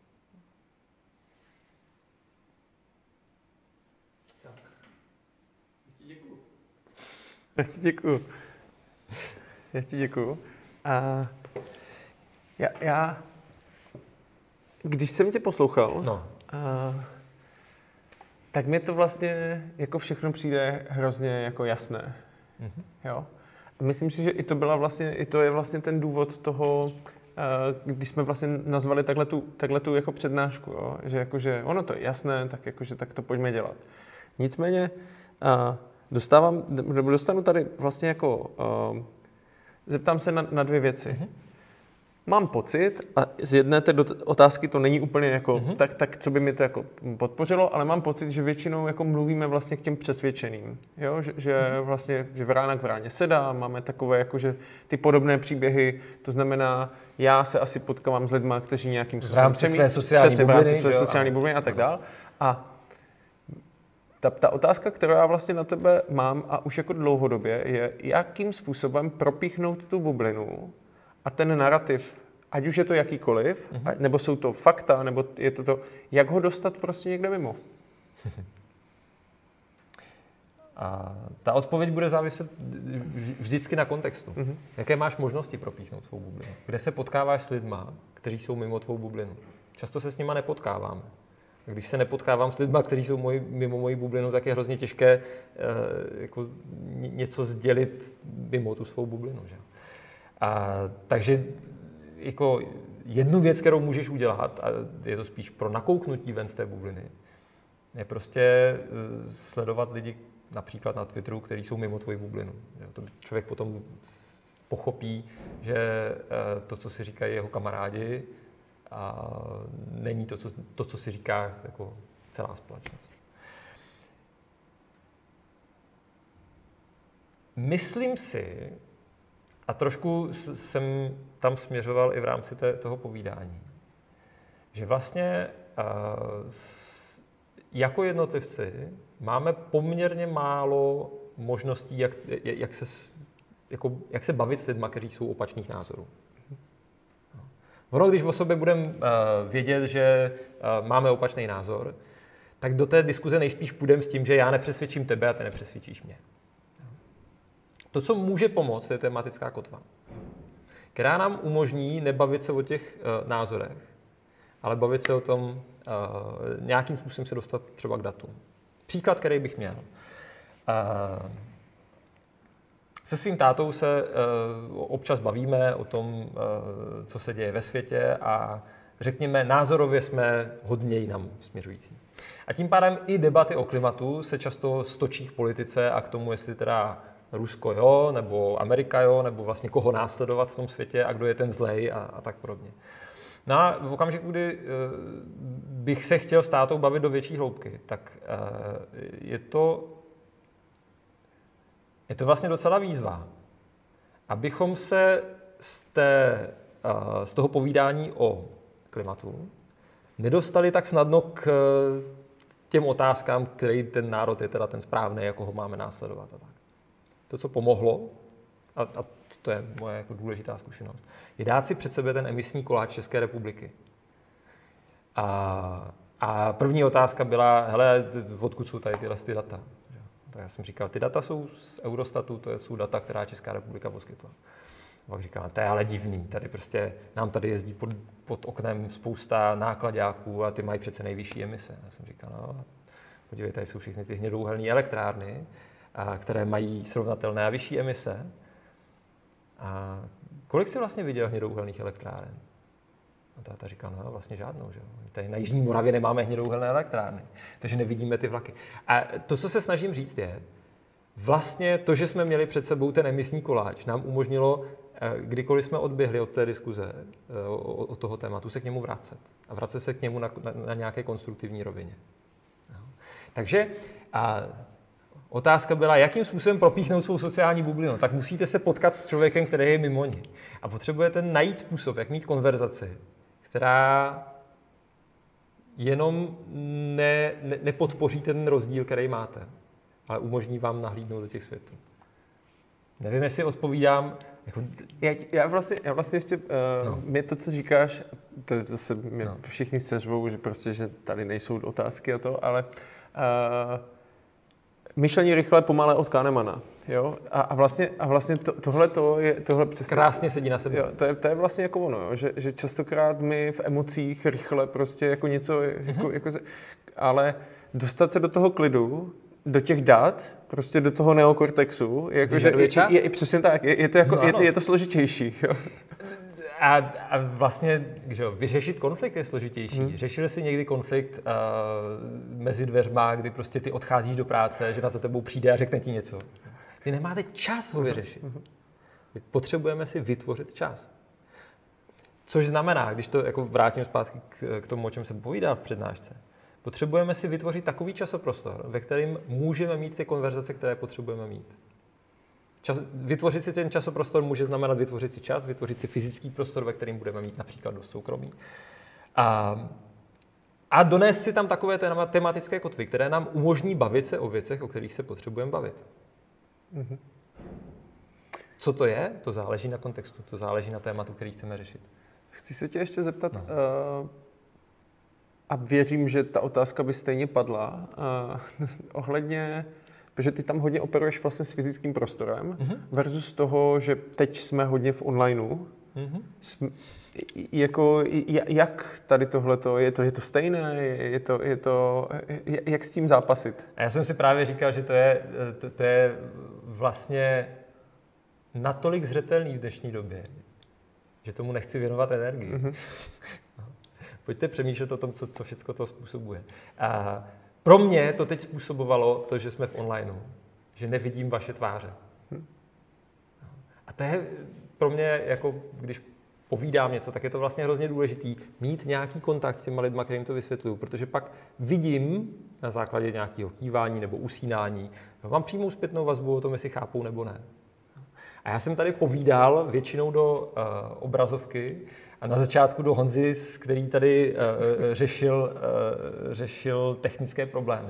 Já ti děkuju. Já ti děkuju. A já, já, když jsem tě poslouchal, no. a, tak mi to vlastně jako všechno přijde hrozně jako jasné. Mm-hmm. Jo? A myslím si, že i to byla vlastně, i to je vlastně ten důvod toho, když jsme vlastně nazvali takhle tu, takhle tu jako přednášku, jo? Že jakože ono to je jasné, tak jakože tak to pojďme dělat. Nicméně a, dostávám, nebo dostanu tady vlastně jako, uh, zeptám se na, na dvě věci. Mm-hmm. Mám pocit, a z jedné té otázky to není úplně jako, mm-hmm. tak, tak co by mi to jako podpořilo, ale mám pocit, že většinou jako mluvíme vlastně k těm přesvědčeným. Jo? Že, že mm-hmm. vlastně, že vrána k vráně sedá, máme takové jako, že ty podobné příběhy, to znamená, já se asi potkávám s lidma, kteří nějakým způsobem... V rámci své sociální přesně, bubliny. V rámci své sociální bubliny a tak dál. A Ta, ta otázka, kterou já vlastně na tebe mám a už jako dlouhodobě, je, jakým způsobem propíchnout tu bublinu a ten narrativ, ať už je to jakýkoliv, mm-hmm. nebo jsou to fakta, nebo je to to, jak ho dostat prostě někde mimo. A ta odpověď bude záviset vždycky na kontextu. Mm-hmm. Jaké máš možnosti propíchnout svou bublinu? Kde se potkáváš s lidma, kteří jsou mimo tvou bublinu? Často se s nima nepotkáváme. Když se nepotkávám s lidmi, kteří jsou moji, mimo moji bublinu, tak je hrozně těžké eh, jako něco sdělit mimo tu svou bublinu. Že? A, takže jako jednu věc, kterou můžeš udělat, a je to spíš pro nakouknutí ven z té bubliny, je prostě eh, sledovat lidi například na Twitteru, kteří jsou mimo tvoji bublinu. Že? To člověk potom pochopí, že eh, to, co si říkají jeho kamarádi, a není to, co, to, co si říká jako celá společnost. Myslím si, a trošku jsem tam směřoval i v rámci té, toho povídání, že vlastně uh, s, jako jednotlivci máme poměrně málo možností, jak, jak, se, jako, jak se bavit s lidmi, kteří jsou opačných názorů. Ono, když o sobě budeme uh, vědět, že uh, máme opačný názor, tak do té diskuze nejspíš půjdeme s tím, že já nepřesvědčím tebe a ty nepřesvědčíš mě. To, co může pomoct, je tematická kotva, která nám umožní nebavit se o těch uh, názorech, ale bavit se o tom, uh, nějakým způsobem se dostat třeba k datům. Příklad, který bych měl. Uh, Se svým tátou se uh, občas bavíme o tom, uh, co se děje ve světě a řekněme, názorově jsme hodně jinam směřující. A tím pádem i debaty o klimatu se často stočí k politice a k tomu, jestli teda Rusko jo, nebo Amerika jo, nebo vlastně koho následovat v tom světě a kdo je ten zlej a, a tak podobně. No a v okamžiku, kdy uh, bych se chtěl s tátou bavit do větší hloubky, tak uh, je to Je to vlastně docela výzva, abychom se z, té, z toho povídání o klimatu nedostali tak snadno k těm otázkám, který ten národ je teda ten správný, jako ho máme následovat a tak. To, co pomohlo, a, a to je moje jako důležitá zkušenost, je dát si před sebe ten emisní koláč České republiky. A, a první otázka byla, hele, odkud jsou tady tyhle ty data? Tak já jsem říkal, ty data jsou z Eurostatu, to jsou data, která Česká republika poskytla. A pak říkal, to je ale divný, tady prostě nám tady jezdí pod, pod oknem spousta nákladáků a ty mají přece nejvyšší emise. Já jsem říkal, no, podívejte, tady jsou všechny ty hnědouhelné elektrárny, a, které mají srovnatelné a vyšší emise. A kolik jsi vlastně viděl hnědouhelných elektráren? A táta říkal, no vlastně žádnou, že jo. Tady na Jižní Moravě nemáme hnědouhelné elektrárny, takže nevidíme ty vlaky. A to, co se snažím říct, je, vlastně to, že jsme měli před sebou ten emisní koláč, nám umožnilo, kdykoliv jsme odběhli od té diskuze, od toho tématu, se k němu vracet. A vracet se k němu na, na, na nějaké konstruktivní rovině. No. Takže a otázka byla, jakým způsobem propíchnout svou sociální bublinu. Tak musíte se potkat s člověkem, který je mimo ní. A potřebujete najít způsob, jak mít konverzaci, která jenom ne, ne, nepodpoří ten rozdíl, který máte, ale umožní vám nahlídnout do těch světů. Nevím, jestli odpovídám. Jako... Já, já, vlastně, já vlastně ještě, uh, no. mě to, co říkáš, to zase mě no. všichni seřvou, že prostě, že tady nejsou otázky a to, ale uh, myšlení rychle, pomalé od Kahnemana, jo, a, a vlastně, a vlastně to, tohle to je, tohle přesně... Krásně sedí na sebe. Jo, to, je, to je vlastně jako ono, jo, že, že častokrát my v emocích rychle prostě jako něco, mm-hmm. jako, jako, ale dostat se do toho klidu, do těch dat, prostě do toho neokortexu, jako, že je, je, je, přesně tak, je, je, to jako, no, je, je to složitější. Jo. A, a vlastně že jo, vyřešit konflikt je složitější. Hmm. Řešili jsi někdy konflikt uh, mezi dveřma, kdy prostě ty odcházíš do práce, že na za tebou přijde a řekne ti něco. Vy nemáte čas ho vyřešit. My potřebujeme si vytvořit čas. Což znamená, když to jako vrátím zpátky k, k tomu, o čem jsem povídal v přednášce, potřebujeme si vytvořit takový časoprostor, ve kterém můžeme mít ty konverzace, které potřebujeme mít. Čas, vytvořit si ten časoprostor může znamenat vytvořit si čas, vytvořit si fyzický prostor, ve kterém budeme mít například dost soukromí. A, a donést si tam takové tematické kotvy, které nám umožní bavit se o věcech, o kterých se potřebujeme bavit. Mm-hmm. Co to je? To záleží na kontextu, to záleží na tématu, který chceme řešit. Chci se tě ještě zeptat, no. uh, a věřím, že ta otázka by stejně padla, uh, ohledně, protože ty tam hodně operuješ vlastně s fyzickým prostorem, mm-hmm. versus toho, že teď jsme hodně v onlineu. Mm-hmm. Jsme, jako, jak tady tohleto, je to, je to stejné, je to, je to, jak s tím zápasit? A já jsem si právě říkal, že to je, to, to je vlastně natolik zřetelný v dnešní době, že tomu nechci věnovat energii. Mm-hmm. Pojďte přemýšlet o tom, co, co všechno to způsobuje. A pro mě to teď způsobovalo to, že jsme v onlineu, že nevidím vaše tváře. Mm. A to je pro mě, jako když povídám něco, tak je to vlastně hrozně důležitý mít nějaký kontakt s těma lidma, kterým to vysvětluju, protože pak vidím na základě nějakého kývání nebo usínání, mám přímou zpětnou vazbu o tom, jestli chápou nebo ne. A já jsem tady povídal většinou do uh, obrazovky a na začátku do Honzy, který tady uh, řešil, uh, řešil technické problémy.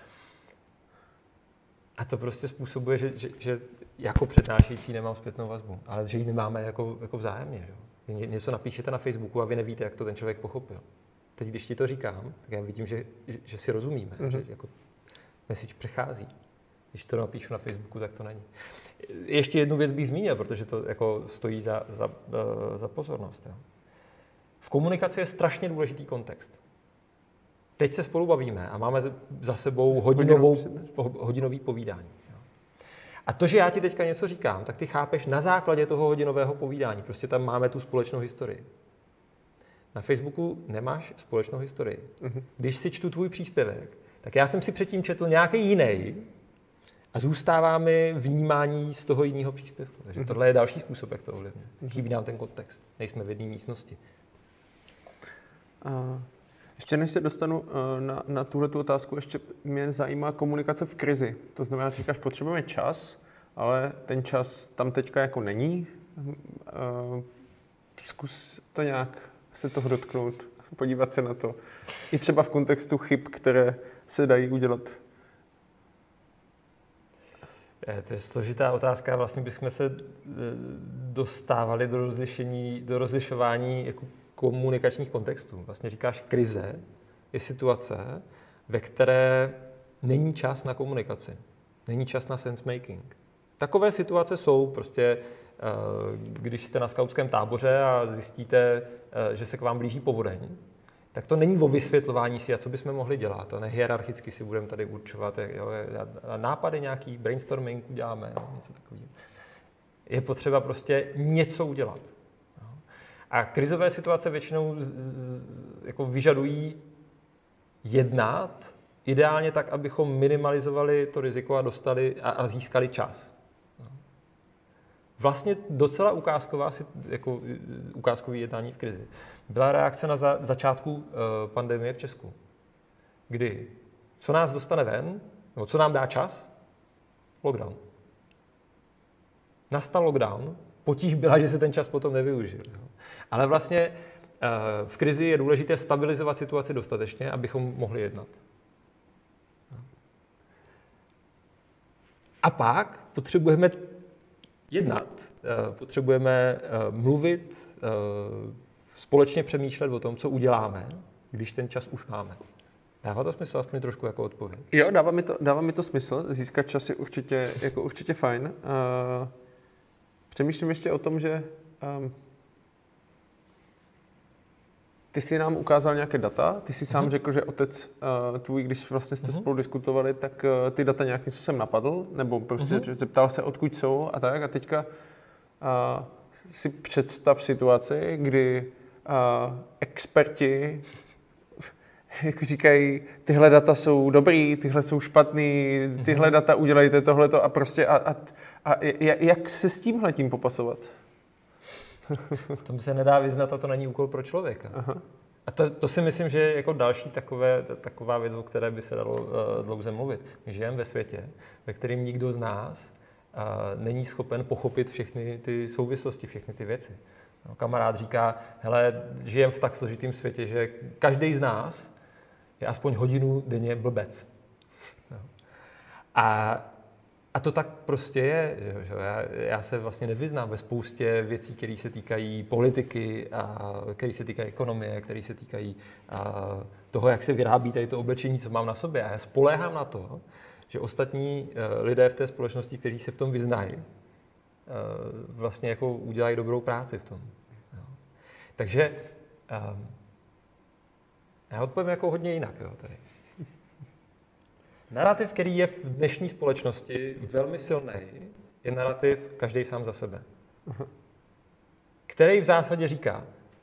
A to prostě způsobuje, že, že, že jako přednášející nemám zpětnou vazbu, ale že ji nemáme jako, jako vzájemně. Jo. Ně, něco napíšete na Facebooku a vy nevíte, jak to ten člověk pochopil. Teď, když ti to říkám, tak já vidím, že, že, že si rozumíme, mm-hmm. že jako message přechází. Když to napíšu na Facebooku, tak to není. Ještě jednu věc bych zmínil, protože to jako stojí za, za, za pozornost. Jo. V komunikaci je strašně důležitý kontext. Teď se spolu bavíme a máme za sebou hodinovou, hodinový povídání. Jo. A to, že já ti teďka něco říkám, tak ty chápeš na základě toho hodinového povídání. Prostě tam máme tu společnou historii. Na Facebooku nemáš společnou historii. Mhm. Když si čtu tvůj příspěvek, tak já jsem si předtím četl nějaký jiný, a zůstává mi vnímání z toho jiného příspěvku. Takže mm-hmm. tohle je další způsob, jak to ovlivňuje. Chybí nám ten kontext. Nejsme v jedné místnosti. A ještě než se dostanu na, na tuhletu otázku, ještě mě zajímá komunikace v krizi. To znamená, že říkáš, potřebujeme čas, ale ten čas tam teďka jako není. Zkus to nějak se toho dotknout, podívat se na to. I třeba v kontextu chyb, které se dají udělat. To je složitá otázka. Vlastně bychom se dostávali do rozlišení, do rozlišování jako komunikačních kontextů. Vlastně říkáš, krize je situace, ve které není čas na komunikaci. Není čas na sense making. Takové situace jsou prostě, když jste na skautském táboře a zjistíte, že se k vám blíží povodeň, tak to není o vysvětlování si, a co bychom mohli dělat. A nehierarchicky si budeme tady určovat, jo, nápady nějaký, brainstorming uděláme, jo, něco takového. Je potřeba prostě něco udělat. Jo. A krizové situace většinou z, z, jako vyžadují jednat ideálně tak, abychom minimalizovali to riziko a dostali a, a získali čas. Vlastně docela ukázková, jako ukázkový jednání v krizi byla reakce na za, začátku uh, pandemie v Česku, kdy co nás dostane ven, nebo co nám dá čas? Lockdown. Nastal lockdown, potíž byla, že se ten čas potom nevyužil. Jo. Ale vlastně uh, v krizi je důležité stabilizovat situaci dostatečně, abychom mohli jednat. A pak potřebujeme jednat, potřebujeme mluvit, společně přemýšlet o tom, co uděláme, když ten čas už máme. Dává to smysl aspoň trošku jako odpověď? Jo, dává mi to, dává mi to smysl. Získat čas je určitě, jako určitě fajn. Uh, přemýšlím ještě o tom, že um, ty jsi nám ukázal nějaké data, ty jsi sám mm-hmm. řekl, že otec uh, tvůj, když vlastně jste mm-hmm. spolu diskutovali, tak uh, ty data nějakým způsobem napadl, nebo prostě mm-hmm. zeptal se, odkud jsou a tak. A teďka uh, si představ situaci, kdy uh, experti jako říkají, tyhle data jsou dobrý, tyhle jsou špatný, tyhle mm-hmm. data udělejte tohleto a prostě a, a, a jak se s tímhletím popasovat? V tom se nedá vyznat a to není úkol pro člověka. Aha. A to, to si myslím, že je jako další takové, taková věc, o které by se dalo uh, dlouze mluvit. My žijeme ve světě, ve kterém nikdo z nás uh, není schopen pochopit všechny ty souvislosti, všechny ty věci. No, kamarád říká, hele, žijeme v tak složitém světě, že každý z nás je aspoň hodinu denně blbec. No. A A to tak prostě je. Že já, já se vlastně nevyznám ve spoustě věcí, které se týkají politiky, a které se týkají ekonomie, které se týkají a, toho, jak se vyrábí tady to oblečení, co mám na sobě. A já spoléhám na to, že ostatní uh, lidé v té společnosti, kteří se v tom vyznají, uh, vlastně jako udělají dobrou práci v tom. Jo. Takže um, já odpovím jako hodně jinak. Jo, tady. Narrativ, který je v dnešní společnosti velmi silný, je narrativ každý sám za sebe. Aha. Který v zásadě říká,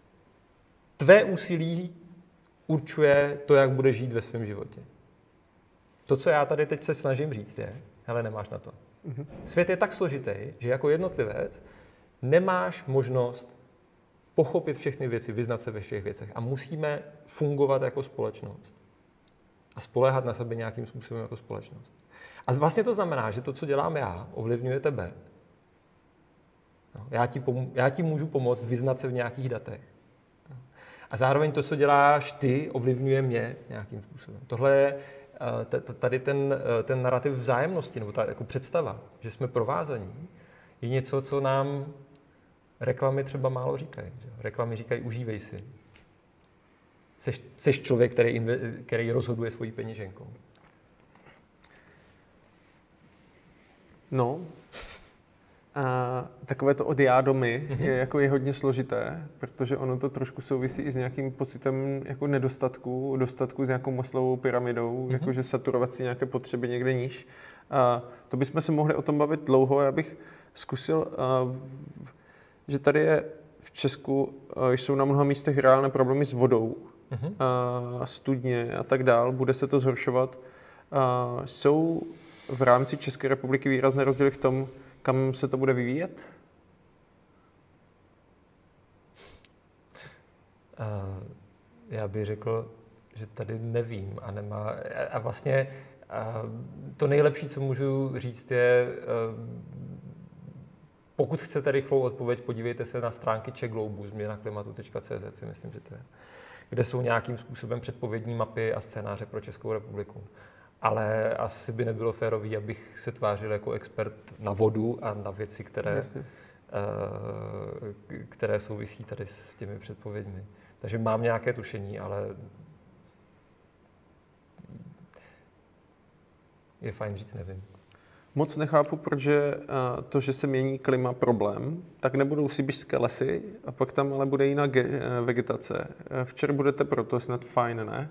tvé úsilí určuje to, jak budeš žít ve svém životě. To, co já tady teď se snažím říct, je, hele, nemáš na to. Aha. Svět je tak složitý, že jako jednotlivec nemáš možnost pochopit všechny věci, vyznat se ve všech věcech a musíme fungovat jako společnost a spoléhat na sebe nějakým způsobem jako společnost. A vlastně to znamená, že to, co dělám já, ovlivňuje tebe. No, já, ti pom- já ti můžu pomoct vyznat se v nějakých datech. No. A zároveň to, co děláš ty, ovlivňuje mě nějakým způsobem. Tohle je uh, tady ten, uh, ten narrativ vzájemnosti, nebo ta jako představa, že jsme provázaní, je něco, co nám reklamy třeba málo říkají. Že? Reklamy říkají, užívej si. Seš, seš člověk, který, inve, který rozhoduje svojí peněženkou. No, a takové to od já do my mm-hmm. je, jako je hodně složité, protože ono to trošku souvisí i s nějakým pocitem jako nedostatku, dostatku s nějakou Maslowovou pyramidou, mm-hmm. jakože saturovat si nějaké potřeby někde níž. A to bychom se mohli o tom bavit dlouho. Já bych zkusil, a, že tady je v Česku, a, jsou na mnoha místech reálné problémy s vodou, mm-hmm. a studně a tak dál. Bude se to zhoršovat. A, jsou v rámci České republiky výrazné rozdíly v tom, kam se to bude vyvíjet? Uh, já bych řekl, že tady nevím a nemá. A vlastně uh, to nejlepší, co můžu říct, je, uh, pokud chcete rychlou odpověď, podívejte se na stránky Czech Globu, změna klimatu tečka cé zet, si myslím, že to je, kde jsou nějakým způsobem předpovědní mapy a scénáře pro Českou republiku. Ale asi by nebylo férový, abych se tvářil jako expert na vodu a na věci, které, uh, které souvisí tady s těmi předpověďmi. Takže mám nějaké tušení, ale je fajn říct nevím. Moc nechápu, proč je to, že se mění klima, problém. Tak nebudou sibiřské lesy a pak tam ale bude jiná ge- vegetace. Včera budete proto snad fajn, ne?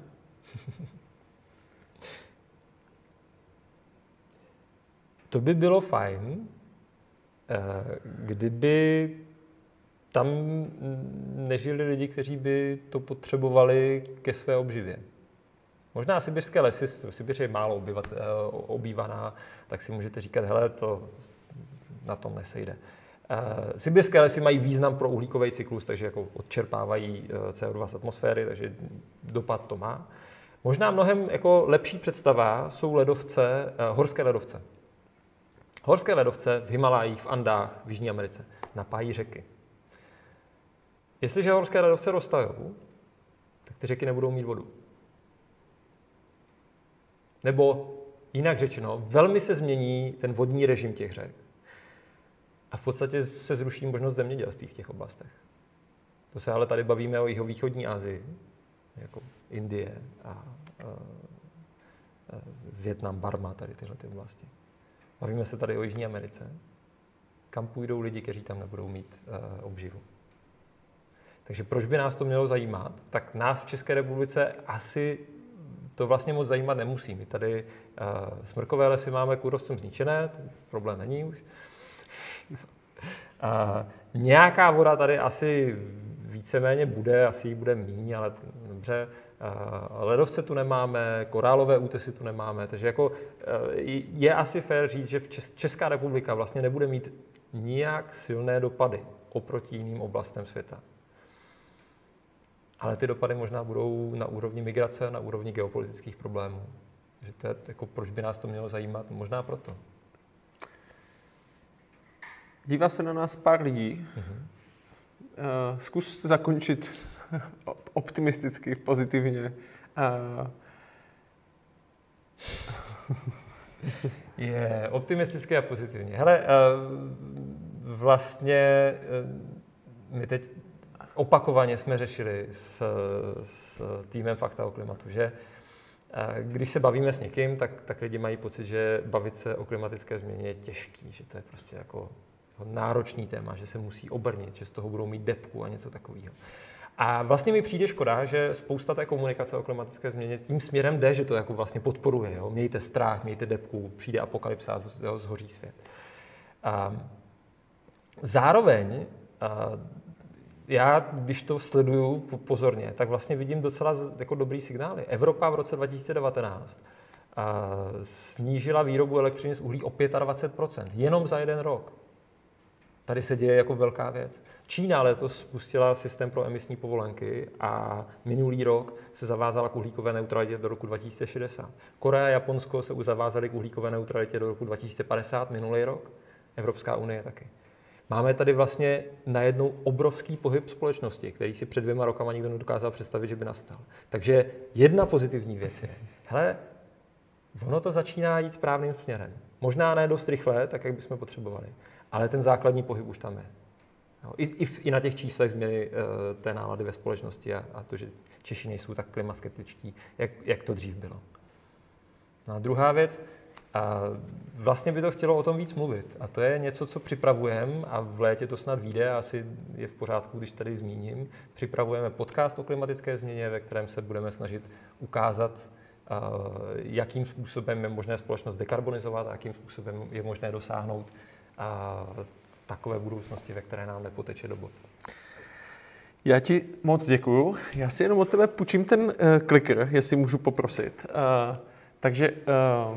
To by bylo fajn, kdyby tam nežili lidi, kteří by to potřebovali ke své obživě. Možná sibirské lesy, Sibiř je málo obyvat, obývaná, tak si můžete říkat, hele, to na tom nesejde. Sibirské lesy mají význam pro uhlíkový cyklus, takže jako odčerpávají C O dva z atmosféry, takže dopad to má. Možná mnohem jako lepší představa jsou ledovce, horské ledovce. Horské ledovce v Himalájích, v Andách, v Jižní Americe napájí řeky. Jestliže horské ledovce roztajou, tak ty řeky nebudou mít vodu. Nebo jinak řečeno, velmi se změní ten vodní režim těch řek. A v podstatě se zruší možnost zemědělství v těch oblastech. To se ale tady bavíme o jihovýchodní Asii, jako Indie a, a, a Vietnam, Barma, tady tyhle ty oblasti. Bavíme se tady o Jižní Americe, kam půjdou lidi, kteří tam nebudou mít uh, obživu. Takže proč by nás to mělo zajímat? Tak nás v České republice asi to vlastně moc zajímat nemusí. My tady uh, smrkové lesy máme kůrovcem zničené, problém není už. uh, nějaká voda tady asi víceméně bude, asi ji bude míň, ale dobře. Uh, ledovce tu nemáme, korálové útesy tu nemáme, takže jako uh, je asi fér říct, že v Čes- Česká republika vlastně nebude mít nijak silné dopady oproti jiným oblastem světa. Ale ty dopady možná budou na úrovni migrace, na úrovni geopolitických problémů. Že to je, jako, proč by nás to mělo zajímat? Možná proto. Dívá se na nás pár lidí. Mm-hmm. Uh, zkus zakončit optimisticky, pozitivně. Uh... Je optimisticky a pozitivně. Hele, uh, vlastně uh, my teď opakovaně jsme řešili s, s týmem Fakta o klimatu, že když se bavíme s někým, tak, tak lidi mají pocit, že bavit se o klimatické změně je těžký, že to je prostě jako náročný téma, že se musí obrnit, že z toho budou mít depku a něco takového. A vlastně mi přijde škoda, že spousta té komunikace o klimatické změně tím směrem jde, že to jako vlastně podporuje. Jo? Mějte strach, mějte depku, přijde apokalypsa, jo, zhoří svět. A zároveň a já, když to sleduju pozorně, tak vlastně vidím docela jako dobrý signály. Evropa v roce dva tisíce devatenáct a snížila výrobu elektřiny z uhlí o dvacet pět procent, jenom za jeden rok. Tady se děje jako velká věc. Čína letos spustila systém pro emisní povolenky a minulý rok se zavázala k uhlíkové neutralitě do roku dva tisíce šedesát. Korea a Japonsko se už zavázaly k uhlíkové neutralitě do roku dva tisíce padesát, minulý rok. Evropská unie taky. Máme tady vlastně najednou obrovský pohyb společnosti, který si před dvěma rokama nikdo nedokázal představit, že by nastal. Takže jedna pozitivní věc je, hele, ono to začíná jít správným směrem. Možná ne dost rychle, tak jak bychom potřebovali, ale ten základní pohyb už tam je. Jo, i, i, I na těch číslech změny uh, té nálady ve společnosti a, a to, že Češi nejsou tak klimaskeptičtí, jak, jak to dřív bylo. No a druhá věc, a vlastně by to chtělo o tom víc mluvit. A to je něco, co připravujeme a v létě to snad vyjde, asi je v pořádku, když tady zmíním. Připravujeme podcast o klimatické změně, ve kterém se budeme snažit ukázat, jakým způsobem je možné společnost dekarbonizovat a jakým způsobem je možné dosáhnout takové budoucnosti, ve které nám nepoteče do bot. Já ti moc děkuju. Já si jenom od tebe půjčím ten uh, clicker, jestli můžu poprosit. Uh, takže uh,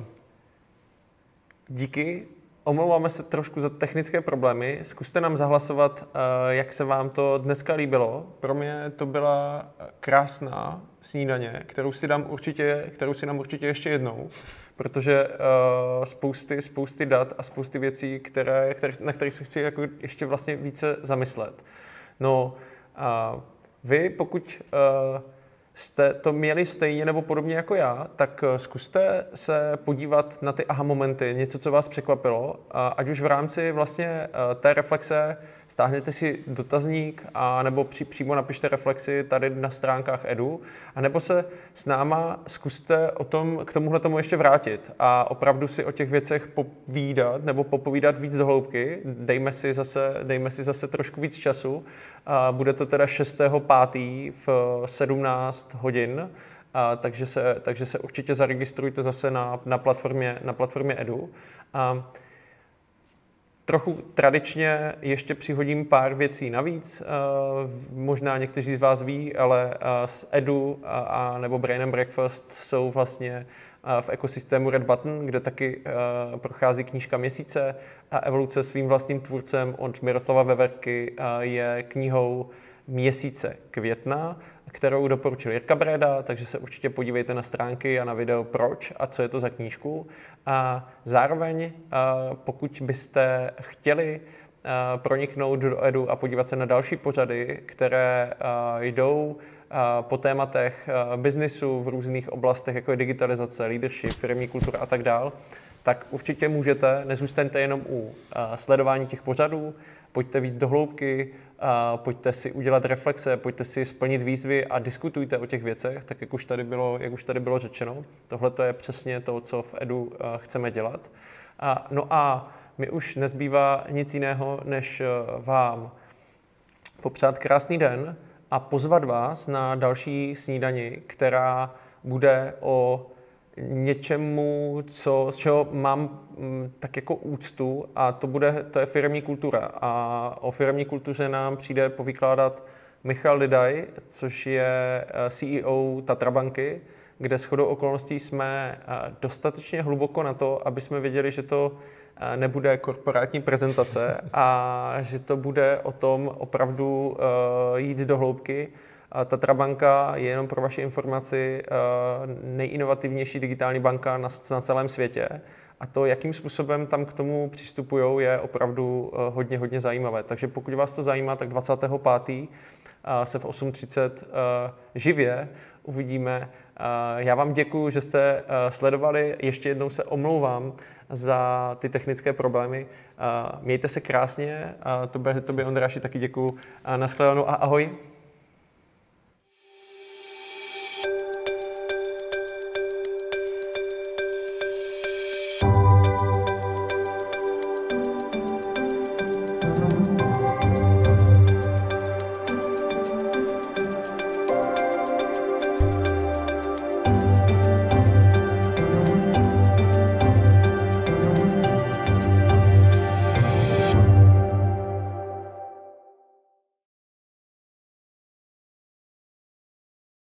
díky. Omlouváme se trošku za technické problémy. Zkuste nám zahlasovat, uh, jak se vám to dneska líbilo. Pro mě to byla krásná snídaně, kterou si dám určitě, kterou si dám určitě ještě jednou, protože uh, spousty, spousty dat a spousty věcí, které, které, na kterých se chci jako ještě vlastně více zamyslet. No, uh, vy, pokud uh, jste to měli stejně nebo podobně jako já, tak zkuste se podívat na ty aha momenty, něco, co vás překvapilo, ať už v rámci vlastně té reflexe stáhněte si dotazník a nebo při, přímo napište reflexi tady na stránkách Edu, a nebo se s náma zkuste o tom, k tomuhle tomu ještě vrátit a opravdu si o těch věcech povídat nebo popovídat víc do hloubky. Dejme si zase, dejme si zase trošku víc času. A bude to teda šestého pátého v sedmnáct hodin, a takže, se, takže se určitě zaregistrujte zase na, na, platformě, na platformě Edu. A Trochu tradičně ještě přihodím pár věcí navíc. Možná někteří z vás ví, ale s Edu a nebo Brain and Breakfast jsou vlastně v ekosystému Red Button, kde taky prochází knížka měsíce a Evoluce svým vlastním tvůrcem od Miroslava Veverky je knihou Měsíce května, kterou doporučil Jirka Breda, takže se určitě podívejte na stránky a na video proč a co je to za knížku. A zároveň, pokud byste chtěli proniknout do Edu a podívat se na další pořady, které jdou po tématech biznisu v různých oblastech, jako je digitalizace, leadership, firemní kultura a tak dál, tak určitě můžete, nezůstaňte jenom u sledování těch pořadů, pojďte víc do hloubky, pojďte si udělat reflexe, pojďte si splnit výzvy a diskutujte o těch věcech, tak jak už tady bylo, jak už tady bylo řečeno. Tohle to je přesně to, co v Edu chceme dělat. A, no a mi už nezbývá nic jiného, než vám popřát krásný den a pozvat vás na další snídani, která bude o něčemu, co, z čeho mám m, tak jako úctu, a to, bude, to je firemní kultura. A o firemní kultuře nám přijde povykládat Michal Lidaj, což je C E O Tatra banky, kde shodou okolností jsme dostatečně hluboko na to, aby jsme věděli, že to nebude korporátní prezentace a že to bude o tom opravdu jít do hloubky. Tatra banka je, jenom pro vaši informaci, nejinovativnější digitální banka na, na celém světě. A to, jakým způsobem tam k tomu přistupují, je opravdu hodně, hodně zajímavé. Takže pokud vás to zajímá, tak dvacátého pátého se v osm třicet živě uvidíme. Já vám děkuji, že jste sledovali. Ještě jednou se omlouvám za ty technické problémy. Mějte se krásně. Tobě, tobě Ondráši, taky děkuji. Naschledanou a ahoj.